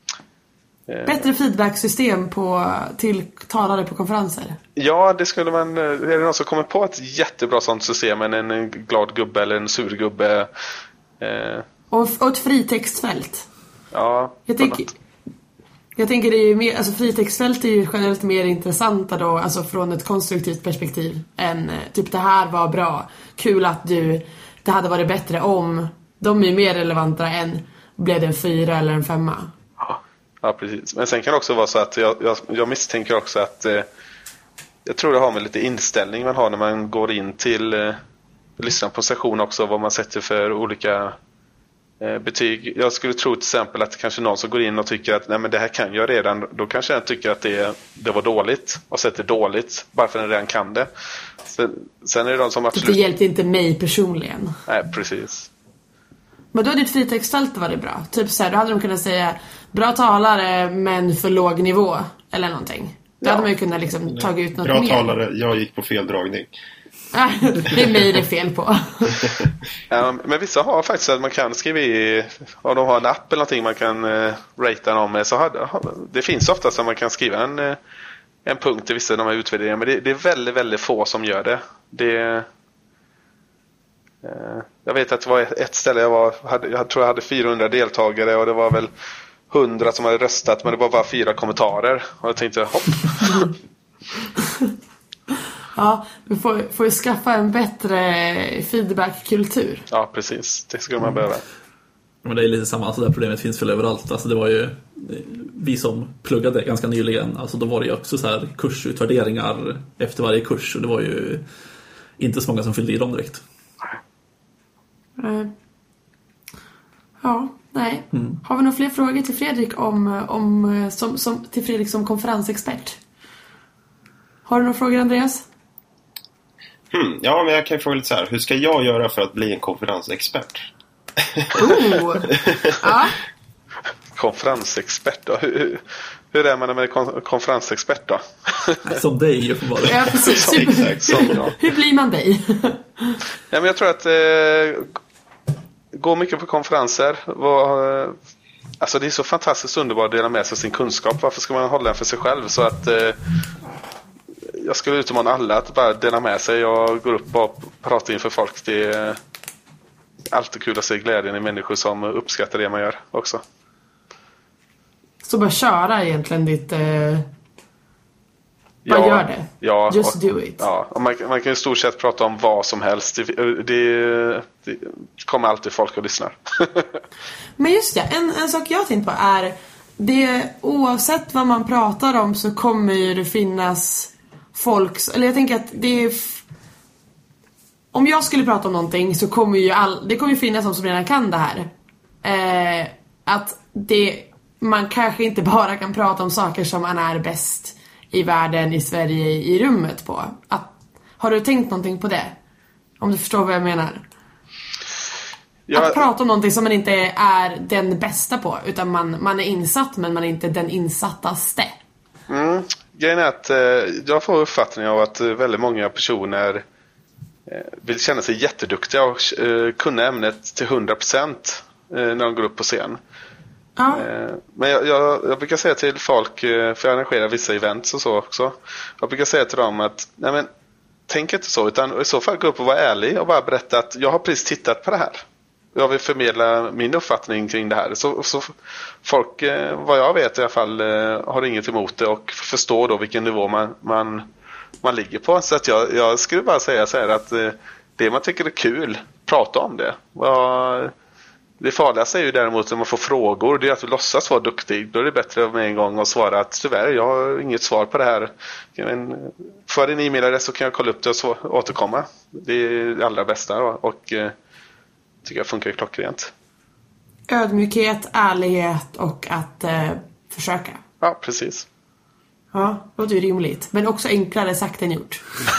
Bättre feedbacksystem på, till talare på konferenser? Ja, det skulle man... Är det någon som kommer på ett jättebra sånt system än en glad gubbe eller en sur gubbe? Eh, och, och ett fritextfält? Ja, jag tänker... Jag tänker det är ju mer, alltså fritextfält är ju generellt mer intressanta då, alltså från ett konstruktivt perspektiv än typ det här var bra, kul att du, det hade varit bättre om. De är ju mer relevanta än blev det en fyra eller en femma. Ja, ja precis. Men sen kan det också vara så att jag, jag, jag misstänker också att eh, jag tror det har med lite inställning man har när man går in till eh, lyssnar på en session också, vad man sätter för olika eh, betyg. Jag skulle tro till exempel att det kanske är någon som går in och tycker att nej, men det här kan jag redan, då kanske jag tycker att det, det var dåligt och sätter dåligt bara för att den redan kan det. Sen, sen är det de som absolut... Det hjälpte inte mig personligen. Nej, precis. Men då hade ditt fritext alltid varit bra. Typ så här, då hade de kunnat säga bra talare men för låg nivå eller någonting. Då ja. hade man ju kunnat liksom ta ut något bra mer. Bra talare, jag gick på fel dragning. Det är mig det är fel på. Ja, men vissa har faktiskt att man kan skriva i, om de har en app eller någonting man kan uh, ratea dem med, så har, det finns ofta som man kan skriva en, uh, en punkt i vissa av de här utvärderingarna, men det, det är väldigt, väldigt få som gör det. Det uh, jag vet att det var ett ställe jag var, hade, jag tror jag hade fyrahundra deltagare och det var väl hundra som hade röstat, men det var bara fyra kommentarer och jag tänkte hopp. Ja, vi får, får ju skaffa en bättre feedbackkultur. Ja, precis. Det skulle man mm. behöva. Men det är lite samma, alltså det här problemet finns väl överallt. Alltså det var ju vi som pluggade ganska nyligen, alltså då var det ju också så här kursutvärderingar efter varje kurs och det var ju inte så många som fyllde i dem direkt. Uh, ja, nej. Mm. Har vi några fler frågor till Fredrik om, om som, som, till Fredrik som konferensexpert? Har du några frågor, Andreas? Hmm, ja, men jag kan ju fråga lite så här. Hur ska jag göra för att bli en konferensexpert? Oh. Ja. Konferensexpert då? Hur, hur är man med en konferensexpert då? Som dig uppenbarligen. Ja, precis. Som, exakt, som, ja. Hur blir man dig? Ja, men jag tror att eh, gå mycket på konferenser. Var, eh, alltså det är så fantastiskt underbart att dela med sig sin kunskap. Varför ska man hålla den för sig själv? Så att eh, jag skulle utmana alla att bara dela med sig. Jag går upp och pratar inför folk. Det är alltid kul att se glädjen i människor som uppskattar det man gör också. Så bara köra egentligen ditt... Eh... Bara ja, gör det. Ja, Just och, do it. Ja, och man, man kan i stort sett prata om vad som helst. Det, det, det kommer alltid folk att lyssna. Men just det, en, en sak jag har tänkt på är... Det, oavsett vad man pratar om så kommer ju det finnas... folks, eller jag tänker att det är f- om jag skulle prata om någonting så kommer ju all, det kommer ju finnas de som redan kan det här. Eh, att det, man kanske inte bara kan prata om saker som man är bäst i världen, i Sverige, i rummet på. Att, har du tänkt någonting på det? Om du förstår vad jag menar. Ja, att prata om någonting som man inte är den bästa på, utan man, man är insatt men man är inte den insattaste. Mm. Grejen är att eh, jag får uppfattningen av att eh, väldigt många personer eh, vill känna sig jätteduktiga och eh, kunna ämnet till hundra procent eh, när de går upp på scen. Ja. Eh, men jag, jag, jag brukar säga till folk, eh, för jag arrangerar vissa events och så också. Jag brukar säga till dem att nej men, tänk inte så, utan i så fall gå upp och vara ärlig och bara berätta att jag har precis tittat på det här. Jag vill förmedla min uppfattning kring det här. Så, så folk, eh, vad jag vet i alla fall, eh, har inget emot det och förstår då vilken nivå man, man, man ligger på. Så att jag, jag skulle bara säga så här att eh, det man tycker är kul, prata om det. Vad, det farligaste är ju däremot när man får frågor, det är att du låtsas vara duktig. Då är det bättre med en gång att svara att tyvärr, jag har inget svar på det här. Men för din e-mailadress så kan jag kolla upp det och så, återkomma. Det är det allra bästa då. Och eh, tycker jag funkar ju klockrent. Ödmjukhet, ärlighet och att eh, försöka. Ja, precis. Ja, det låter ju rimligt. Men också enklare sagt än gjort.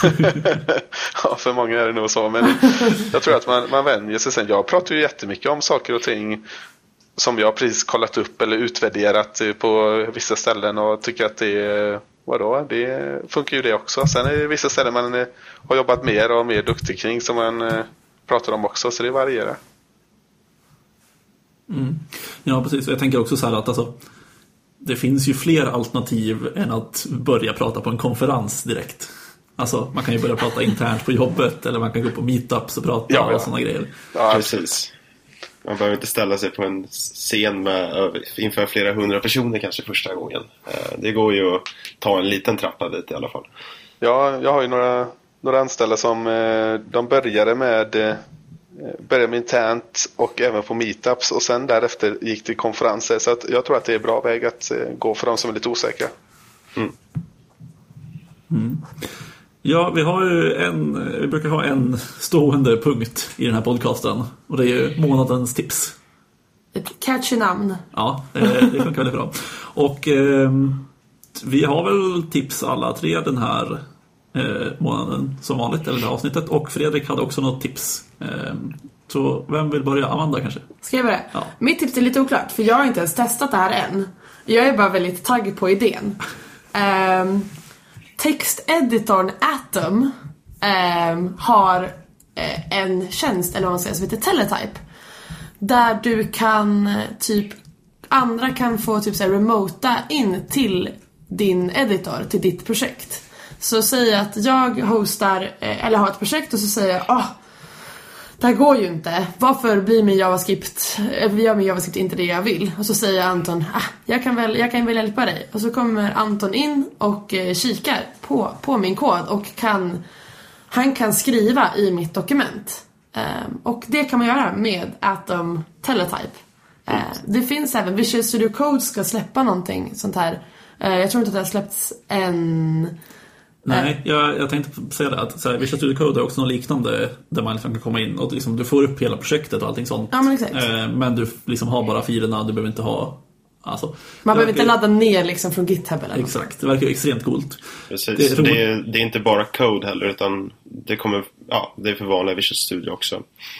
Ja, för många är det nog så. Men jag tror att man, man vänjer sig sen. Jag pratar ju jättemycket om saker och ting som jag precis kollat upp eller utvärderat på vissa ställen och tycker att det, vadå, det funkar ju det också. Sen är det vissa ställen man har jobbat mer och mer duktig kring som man pratar om också, så det varierar. Mm. Ja, precis. Jag tänker också så här att alltså, det finns ju fler alternativ än att börja prata på en konferens direkt. Alltså, man kan ju börja prata internt på jobbet eller man kan gå på meetups och prata ja, ja. och sådana grejer. Ja, precis. Man behöver inte ställa sig på en scen med, inför flera hundra personer kanske första gången. Det går ju att ta en liten trappa dit i alla fall. Ja, jag har ju några, några anställda som de började med började med internt och även på meetups och sen därefter gick till konferenser, så att jag tror att det är bra väg att gå för de som är lite osäkra. Mm. Mm. Ja, vi har ju en, vi brukar ha en stående punkt i den här podcasten, och det är ju månadens tips. Ett catchy namn. Ja, det, det funkar väldigt bra. Och eh, vi har väl tips alla tre den här eh, månaden som vanligt, eller det här avsnittet. Och Fredrik hade också något tips. Eh, så vem vill börja? Amanda kanske? Ska jag börja? Ja. Mitt tips är lite oklart, för jag har inte ens testat det här än. Jag är bara väldigt taggad på idén. um, Texteditorn Atom um, har uh, en tjänst, eller vad man säger, som heter Teletype. Där du kan typ, andra kan få typ så här remota in till din editor, till ditt projekt. Så säg att jag hostar, eller har ett projekt, och så säger jag, åh, det här går ju inte. Varför blir min JavaScript, gör min JavaScript inte det jag vill? Och så säger Anton, ah, jag kan väl, jag kan väl hjälpa dig. Och så kommer Anton in och eh, kikar på, på min kod och kan, han kan skriva i mitt dokument. Um, och det kan man göra med Atom Teletype. Uh, det finns även, Visual Studio Code ska släppa någonting sånt här. Uh, jag tror inte att det har släppts än. Nej, jag, jag tänkte säga det att så här, Visual Studio Code är också något liknande där man liksom kan komma in och liksom, du får upp hela projektet och allting sånt. Ja, men exakt. Uh, men du liksom har bara filerna, du behöver inte ha. Alltså, man behöver inte ladda ner liksom från GitHub eller något. Exakt, det verkar ju extremt coolt. Precis, det är, det, är, det är inte bara code heller, utan det kommer, ja, det är för vanliga Visual Studio också.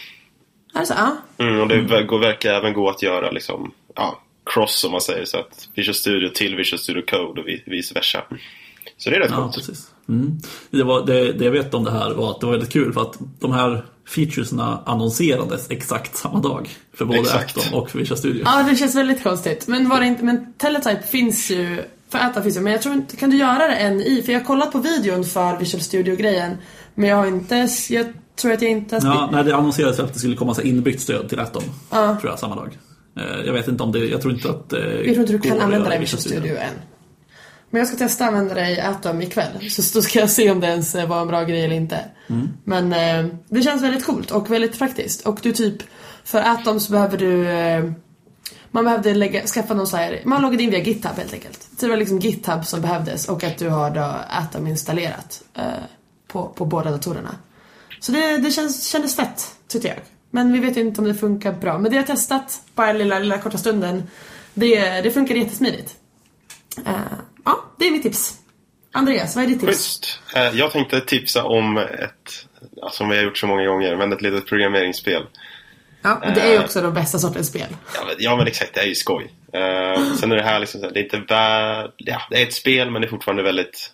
Är det så? Ja. Mm, och det mm. går, verkar även gå att göra liksom, ja, cross om man säger, så att Visual Studio till Visual Studio Code och vice versa. Så det är rätt ja, coolt. Precis. Mm. Det, var, det, det jag vet om det här var att det var väldigt kul, för att de här featuresna annonserades exakt samma dag för både exakt. Atom och för Visual Studio. Ja, det känns väldigt konstigt. Men var det inte, men Teletype finns ju, för Atom finns ju, men jag tror inte, kan du göra det än i, för jag har kollat på videon för Visual Studio-grejen, men jag har inte, jag tror att jag inte har sp- Ja, nej, det annonserades att det skulle komma så inbyggt stöd till Atom, ja. tror jag, samma dag. Jag vet inte om det, jag tror inte att eh, jag tror inte du kan använda det i Visual Studio, Studio än. Men jag ska testa att använda det i Atom ikväll. Så då ska jag se om det ens var en bra grej eller inte. Mm. Men eh, det känns väldigt coolt och väldigt praktiskt. Och du typ, för Atom så behöver du eh, man behövde lägga, skaffa någon så här, man loggade in via GitHub helt enkelt. Så det var liksom GitHub som behövdes, och att du har då Atom installerat eh, på, på båda datorerna. Så det, det känns, kändes fett, tycker jag. Men vi vet ju inte om det funkar bra. Men det jag har testat bara lilla, lilla korta stunden, det, det funkar jättesmidigt. Uh, ja, det är mitt tips. Andreas, vad är ditt tips? Just. Uh, jag tänkte tipsa om ett, ja, som vi har gjort så många gånger, men ett litet programmeringsspel. Ja, men det är ju också uh, de bästa sortens spel. Ja, men, ja, men exakt, det är ju skoj. Uh, sen är det här liksom, det är inte vä- ja, det är ett spel, men det är fortfarande väldigt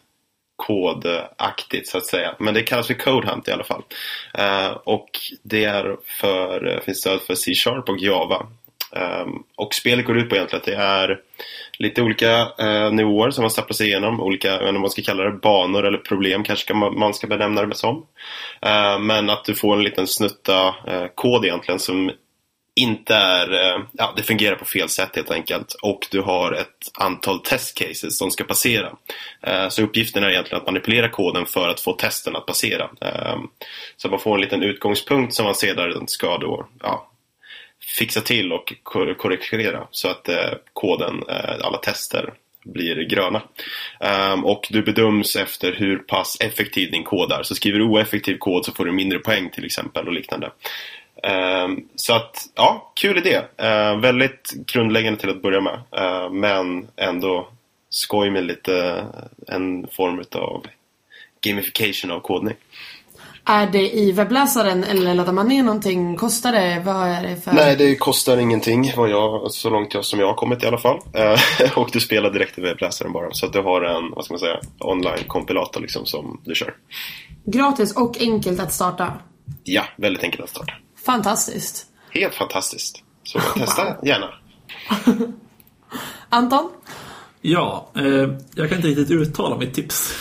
kodaktigt så att säga. Men det kallas för Code Hunt i alla fall. Uh, och det är för, finns stöd för C-sharp och Java. Um, och spelet går ut på egentligen att det är lite olika uh, nivåer som man stapplar sig igenom, olika, om man ska kalla det banor eller problem kanske ska man, man ska benämna det som. Uh, men att du får en liten snutta uh, kod egentligen som inte är, uh, ja, det fungerar på fel sätt helt enkelt, och du har ett antal test cases som ska passera. Uh, så uppgiften är egentligen att manipulera koden för att få testen att passera. Uh, så man får en liten utgångspunkt som man sedan ska då, ja, fixa till och korrigera så att eh, koden, eh, alla tester blir gröna. Um, och du bedöms efter hur pass effektiv din kod är. Så skriver du oeffektiv kod så får du mindre poäng till exempel och liknande. Um, så att, ja, kul idé. Uh, väldigt grundläggande till att börja med. Uh, men ändå skoj med lite en form av gamification av kodning. Är det i webbläsaren eller laddar man ner någonting? Kostar det? Vad är det för? Nej, det kostar ingenting, vad jag, så långt jag, som jag har kommit i alla fall. Eh, och du spelar direkt i webbläsaren bara. Så att du har en, vad ska man säga, online-kompilator liksom som du kör. Gratis och enkelt att starta? Ja, väldigt enkelt att starta. Fantastiskt. Helt fantastiskt. Så testa wow. gärna. Anton? Ja, eh, jag kan inte riktigt uttala mitt tips.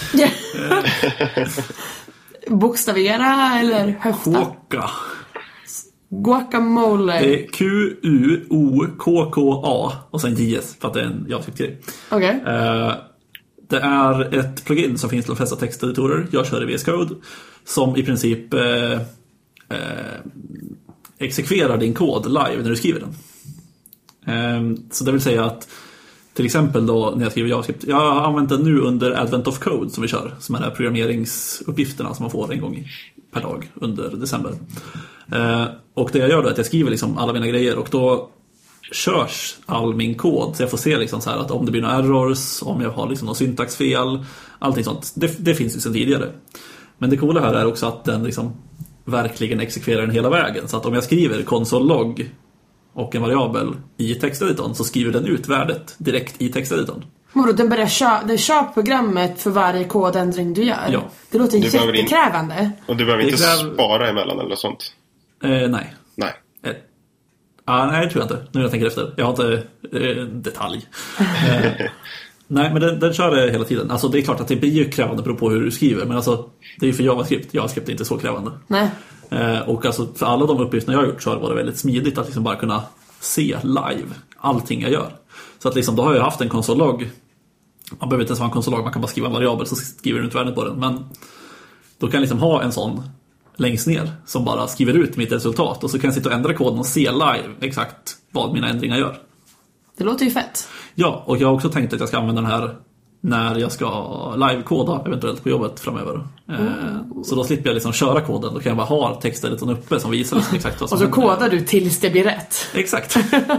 Bokstavera eller höfta? Kåka. Guacamole. Det är Q U O K K A och sen J S för att det är en JavaScript-grej. Okej. Okay. Uh, det är ett plugin som finns till de flesta texteditorer. Jag kör i V S Code som i princip uh, uh, exekverar din kod live när du skriver den. Um, så det vill säga att till exempel då när jag skriver JavaScript, jag har använt den nu under Advent of Code som vi kör, som är de här programmeringsuppgifterna som man får en gång i, per dag under december. Eh, och det jag gör då är att jag skriver liksom alla mina grejer och då körs all min kod så jag får se liksom så här att om det blir några errors, om jag har liksom någon syntaxfel, allting sånt, det, det finns ju sedan tidigare. Men det coola här är också att den liksom verkligen exekverar den hela vägen, så att om jag skriver console.log och en variabel i texteditorn så skriver den ut värdet direkt i texteditorn. Moro, den börjar köra, den kör programmet för varje kodändring du gör. Ja. Det låter Du behöver jättekrävande. In... Och du behöver Det inte kräv- spara emellan eller sånt? Eh, nej. Nej. Eh, ah, nej, det tror jag inte. Nu när jag tänker efter. Jag har inte eh, detalj. eh, nej, men den, den kör det hela tiden. Alltså det är klart att det blir ju krävande beroende på hur du skriver. Men alltså, det är ju för JavaScript. JavaScript är inte så krävande. Nej. Eh, och alltså för alla de uppgifterna jag har gjort så har det varit väldigt smidigt att liksom bara kunna se live allting jag gör. Så att liksom, då har jag haft en console.log. Man behöver inte ens ha en console.log, man kan bara skriva en variabel så skriver du ut värdet på den. Men då kan jag liksom ha en sån längst ner som bara skriver ut mitt resultat. Och så kan jag sitta och ändra koden och se live exakt vad mina ändringar gör. Det låter ju fett. Ja, och jag har också tänkt att jag ska använda den här när jag ska live-koda eventuellt på jobbet framöver. Mm. Eh, så då slipper jag liksom köra koden. Då kan jag bara ha texteditorn uppe som visar liksom exakt vad som och så händer. kodar du tills det blir rätt. Exakt.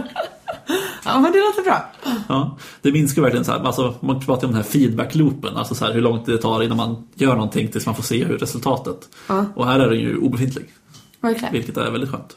Ja, men det låter bra. Ja, det minskar verkligen så här, alltså man pratar om den här feedback-loopen, alltså så här hur långt det tar innan man gör någonting tills man får se hur resultatet. Ja. Och här är den ju obefintlig. Verkligen. Vilket är väldigt skönt.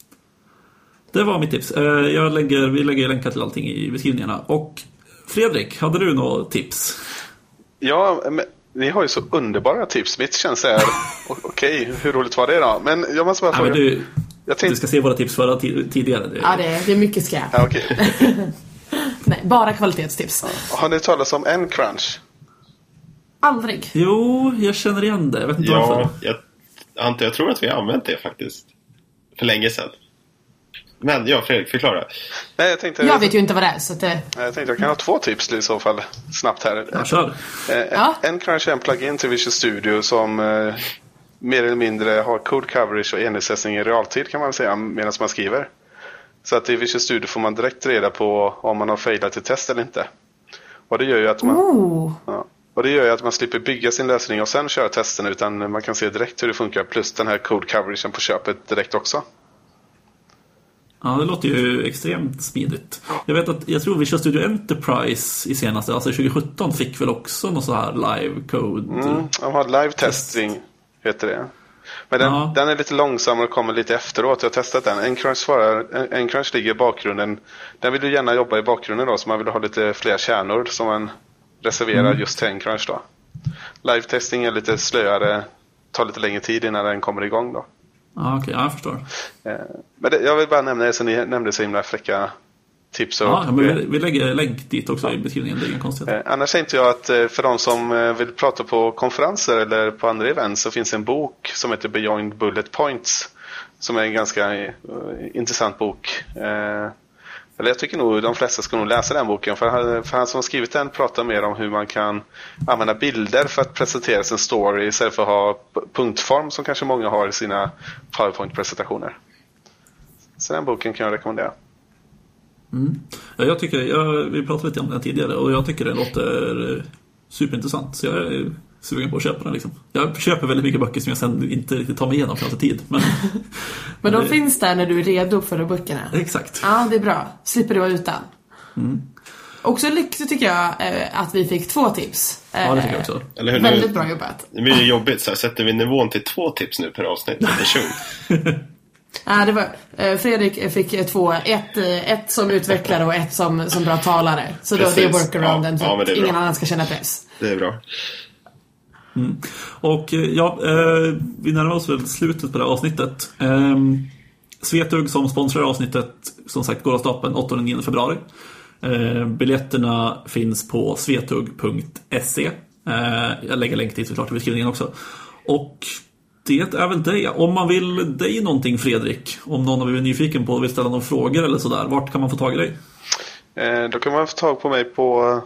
Det var mitt tips. Jag lägger, vi lägger länkar till allting i beskrivningarna. Och Fredrik, hade du några tips? Ja, men ni har ju så underbara tips. Mitt känns så här, okej, okay, hur roligt var det då? Men jag måste bara ja, fråga. Men du, jag tänkte... du ska se våra tips förra t- tidigare. Det... Ja, det är, det är mycket skräp. Ja, okay. Nej, bara kvalitetstips. Har ni talat om N-Crunch? Aldrig. Jo, jag känner igen det. Jag vet inte Ja, varför. jag, Ante, jag tror att vi har använt det faktiskt. För länge sedan. Men ja, Fredrik, förklara. Nej, jag tänkte... Jag vet ju inte vad det är, så att det... Jag tänkte jag kan ha två tips i så fall snabbt här. Ja, kör. Ja. N-Crunch är en plugin till Visual Studio som eh, mer eller mindre har code coverage och enhetsläsning i realtid kan man säga medan man skriver. Så att i Visual Studio får man direkt reda på om man har failat i test eller inte. Och det gör ju att man, Oh. ja, och det gör ju att man slipper bygga sin lösning och sen köra testen, utan man kan se direkt hur det funkar plus den här code coveragen på köpet direkt också. Ja, det låter ju extremt smidigt. Jag vet att, jag tror Visual Studio Enterprise i senaste, alltså tjugo sjutton fick väl också någon så här live code. Mm, de har live testing heter det. Men den, ja. den är lite långsammare och kommer lite efteråt. Jag har testat den. N-Crunch svarar, N-Crunch ligger i bakgrunden. Den vill du gärna jobba i bakgrunden då, så man vill ha lite fler kärnor som man reserverar mm. just till N-Crunch då. Live testing är lite slöare, tar lite längre tid innan den kommer igång då. Ja, okej, okay, ja, jag förstår. Men det, jag vill bara nämna det så ni nämnde så himla fräcka tips. Och, ja, men vi, vi lägger länk dit också i beskrivningen, det är ingen konstighet. Eh, annars tänkte jag att eh, för de som eh, vill prata på konferenser eller på andra event så finns en bok som heter Beyond Bullet Points som är en ganska eh, intressant bok. Eh, eller jag tycker nog de flesta ska nog läsa den boken, för, för han som har skrivit den pratar mer om hur man kan använda bilder för att presentera sin story istället för att ha punktform som kanske många har i sina PowerPoint-presentationer. Så den boken kan jag rekommendera. Mm. Ja, jag tycker, jag, vi pratade lite om den tidigare och jag tycker det låter superintressant, så jag är sugen på att köpa den liksom. Jag köper väldigt mycket böcker som jag sen inte riktigt tar mig igenom för att ha tid. Men, men de det... finns där när du är redo för de böckerna. Exakt. Ja, det är bra. Slipper du vara utan. Mm. Också lyckligt tycker jag att vi fick två tips. Ja, det tycker jag också. Eller hur, väldigt nu, bra jobbat. Det blir ju jobbigt, så här, sätter vi nivån till två tips nu per avsnitt per person. Ja, det var, eh, Fredrik fick två, ett, ett som utvecklare och ett som, som bra talare. Så då, det är workarounden, ja, så ja, att ingen annan ska känna press. Det är bra. Mm. Och ja, eh, vi närmar oss väl slutet på det här avsnittet. eh, Svetug som sponsrar avsnittet som sagt går av stapeln åttonde och nionde februari. eh, Biljetterna finns på svetug punkt se. eh, Jag lägger länk till såklart i beskrivningen också. Och det är väl det. Om man vill dig någonting, Fredrik, om någon av er är nyfiken på och vill ställa några frågor eller sådär, vart kan man få tag i dig? Eh, då kan man få tag på mig på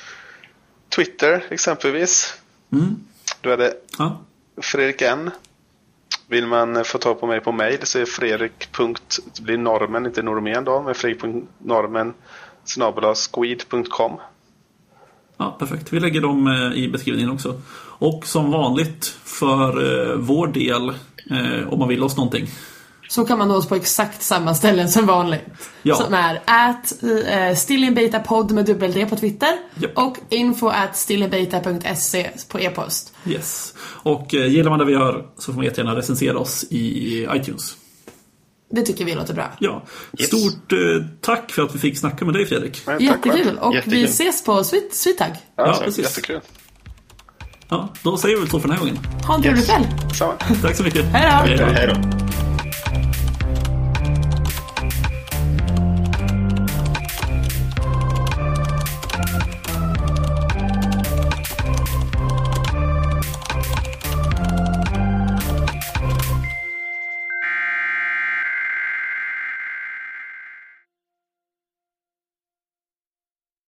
Twitter exempelvis. Mm. Då är det ja. Fredrik N. Vill man få tag på mig på mail så är Fredrik. Det blir normen, inte normen då, men Fredrik punkt normen snabel-a squid punkt com. Ja, perfekt. Vi lägger dem i beskrivningen också. Och som vanligt för vår del, om man vill oss någonting, så kan man nå oss på exakt samma ställen som vanligt. Ja. Som är at uh, stillinbetapodd med dubbel D på Twitter. Ja. Och info at stillinbeta punkt se på e-post. Yes. Och uh, gillar man det vi gör så får man jättegärna recensera oss i iTunes. Det tycker vi låter bra. Ja. Yes. Stort uh, tack för att vi fick snacka med dig, Fredrik. Nej, Jättekul. Och Jättekul. vi ses på Sweet, Sweetag. Ja, Ja, så, precis. jättekul. Ja, då säger vi väl så för den här gången. Ha en trevlig kväll. Samma. Tack så mycket. Hej då. Hej då. Hej då.